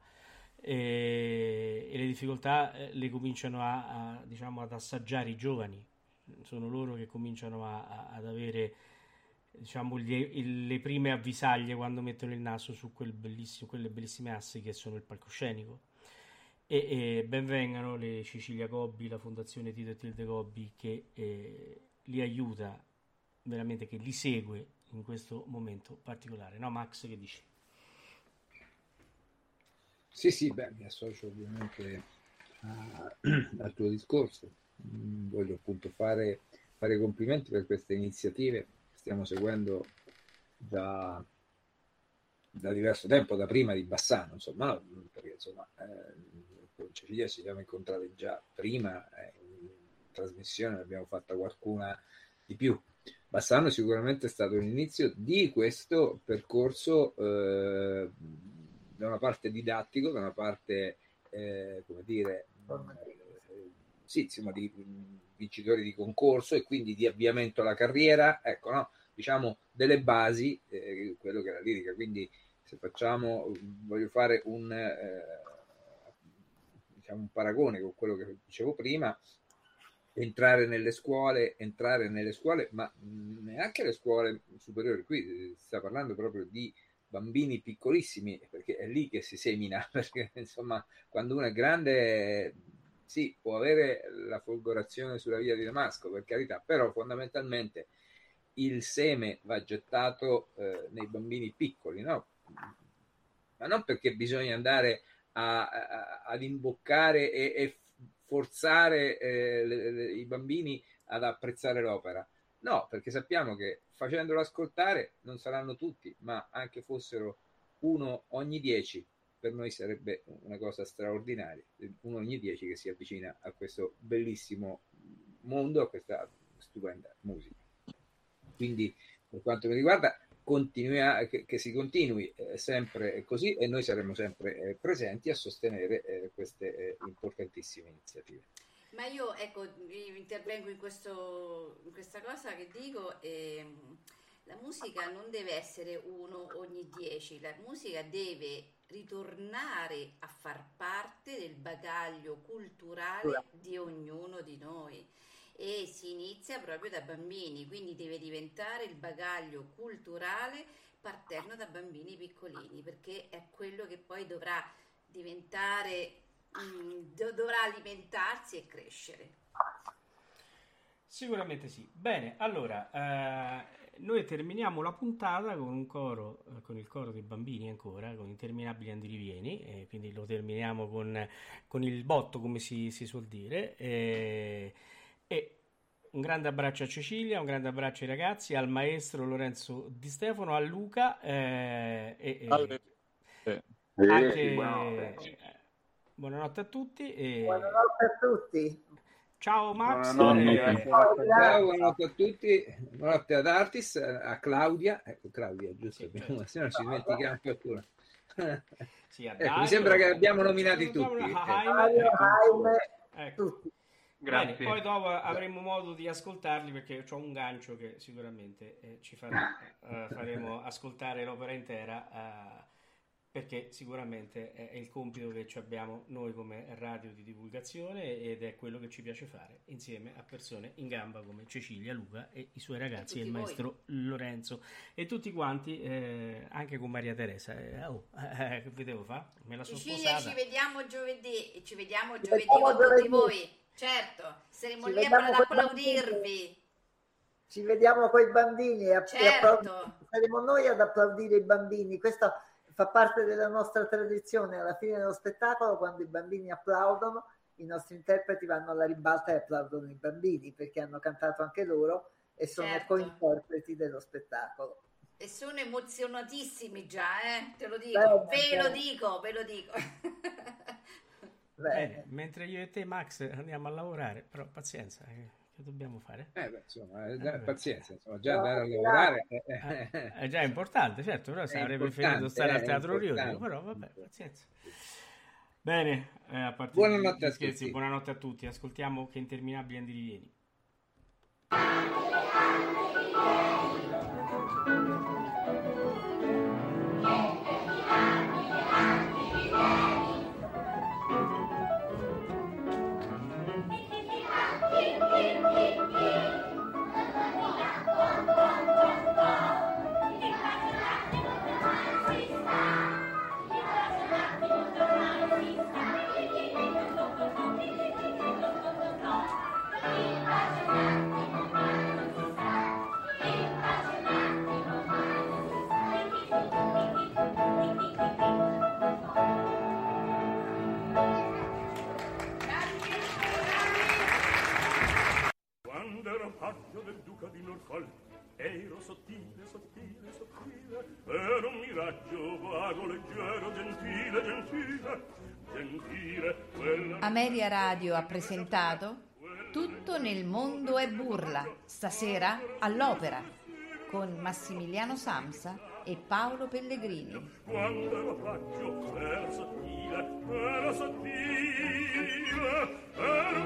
e, e le difficoltà eh, le cominciano a, a, diciamo, ad assaggiare i giovani. Sono loro che cominciano a, a, ad avere, diciamo, gli, le prime avvisaglie quando mettono il naso su quel bellissimo, quelle bellissime assi che sono il palcoscenico. E, e ben vengano le Cecilia Gobbi, la fondazione Tito e Tilde Gobbi, che eh, li aiuta veramente, che li segue in questo momento particolare. No, Max, che dici? Sì, sì, beh, mi associo ovviamente a- al tuo discorso. Mm, Voglio appunto fare, fare complimenti per queste iniziative che stiamo seguendo da, da diverso tempo, da prima di Bassano, insomma, no? Perché insomma, eh, con Cecilia ci siamo incontrati già prima, eh, in trasmissione ne abbiamo fatta qualcuna di più. Bassano sicuramente è stato l'inizio di questo percorso, eh, da una parte didattico, da una parte, eh, come dire, eh, sì, insomma, di mm, vincitori di concorso e quindi di avviamento alla carriera, ecco, no? Diciamo delle basi, eh, quello che è la lirica. Quindi se facciamo, voglio fare un, eh, diciamo, un paragone con quello che dicevo prima, entrare nelle scuole, entrare nelle scuole, ma neanche le scuole superiori, qui si sta parlando proprio di bambini piccolissimi, perché è lì che si semina, perché insomma quando uno è grande sì, può avere la folgorazione sulla via di Damasco, per carità, però fondamentalmente il seme va gettato eh, nei bambini piccoli, no? Ma non perché bisogna andare a, a, ad imboccare e, e forzare eh, le, le, i bambini ad apprezzare l'opera. No, perché sappiamo che facendolo ascoltare non saranno tutti, ma anche fossero uno ogni dieci, per noi sarebbe una cosa straordinaria, uno ogni dieci che si avvicina a questo bellissimo mondo, a questa stupenda musica. Quindi, per quanto mi riguarda, continua, che, che si continui eh, sempre così, e noi saremo sempre eh, presenti a sostenere eh, queste eh, importantissime iniziative. Ma io, ecco, intervengo in, questo, in questa cosa che dico, eh, la musica non deve essere uno ogni dieci, la musica deve ritornare a far parte del bagaglio culturale di ognuno di noi, e si inizia proprio da bambini, quindi deve diventare il bagaglio culturale partendo da bambini piccolini, perché è quello che poi dovrà diventare, mh, do- dovrà alimentarsi e crescere. Sicuramente sì. Bene, allora eh, noi terminiamo la puntata con un coro, eh, con il coro dei bambini ancora, con Interminabili Andirivieni, e quindi lo terminiamo con, con il botto, come si, si suol dire. E, e un grande abbraccio a Cecilia, un grande abbraccio ai ragazzi, al maestro Lorenzo Di Stefano, a Luca eh, e, e Allora, eh. anche buonanotte. buonanotte a tutti. E... Buonanotte a tutti. Ciao Max. Buonanotte, e- grazie. Ciao, buonanotte a tutti, buonanotte ad Artis, a Claudia, ecco Claudia, giusto, Sì, abbiamo, certo. se no ci dimentichiamo qualcuno. Sì, a Ecco, Dario, mi sembra che abbiamo a- nominati a- tutti. a eh. Jaime, Mario, ecco. Jaime, Ecco. tutti. Bene, Grazie. poi dopo avremo modo di ascoltarli, perché ho un gancio che sicuramente eh, ci farà, eh, faremo ascoltare l'opera intera, eh, perché sicuramente è, è il compito che ci abbiamo noi come radio di divulgazione, ed è quello che ci piace fare insieme a persone in gamba come Cecilia, Luca e i suoi ragazzi e, tutti il voi. maestro Lorenzo e tutti quanti, eh, anche con Maria Teresa. Eh, oh, eh, che vi devo fare? Me la sono Cecilia, sposata. ci vediamo giovedì, e ci vediamo Ci giovedì vediamo con tutti giovedì. voi, certo, saremo Ci lì vediamo ad con i applaudirvi. Ci vediamo con i bambini e, Certo. e applaudi- saremo noi ad applaudire i bambini. Questo fa parte della nostra tradizione. Alla fine dello spettacolo, quando i bambini applaudono, i nostri interpreti vanno alla ribalta e applaudono i bambini, perché hanno cantato anche loro e sono Certo. cointerpreti dello spettacolo. E sono emozionatissimi già, eh? Te lo dico, Bene, ve lo bene. dico, ve lo dico. Bene. Bene, mentre io e te, Max, andiamo a lavorare, però pazienza, eh, che dobbiamo fare? Eh, beh, insomma, eh, Eh, dai, beh. pazienza, insomma, già andare a lavorare eh, Eh, eh, è già importante, certo, però è se avrei importante, preferito stare eh, al è teatro Rionico, importante. però vabbè, pazienza. Bene, eh, a parte Buonanotte gli a scherzi, tutti. buonanotte a tutti, ascoltiamo Che Interminabili Andirivieni. Thank you. raggio del duca di Norfolk. Ero sottile, sottile, sottile, ero un miraggio vago, leggero, gentile, gentile, gentile, quella... Ameria Radio ha presentato Tutto nel mondo è burla, stasera all'Opera, con Massimiliano Samsa e Paolo Pellegrini. Quando ero raggio, ero sottile, ero sottile, ero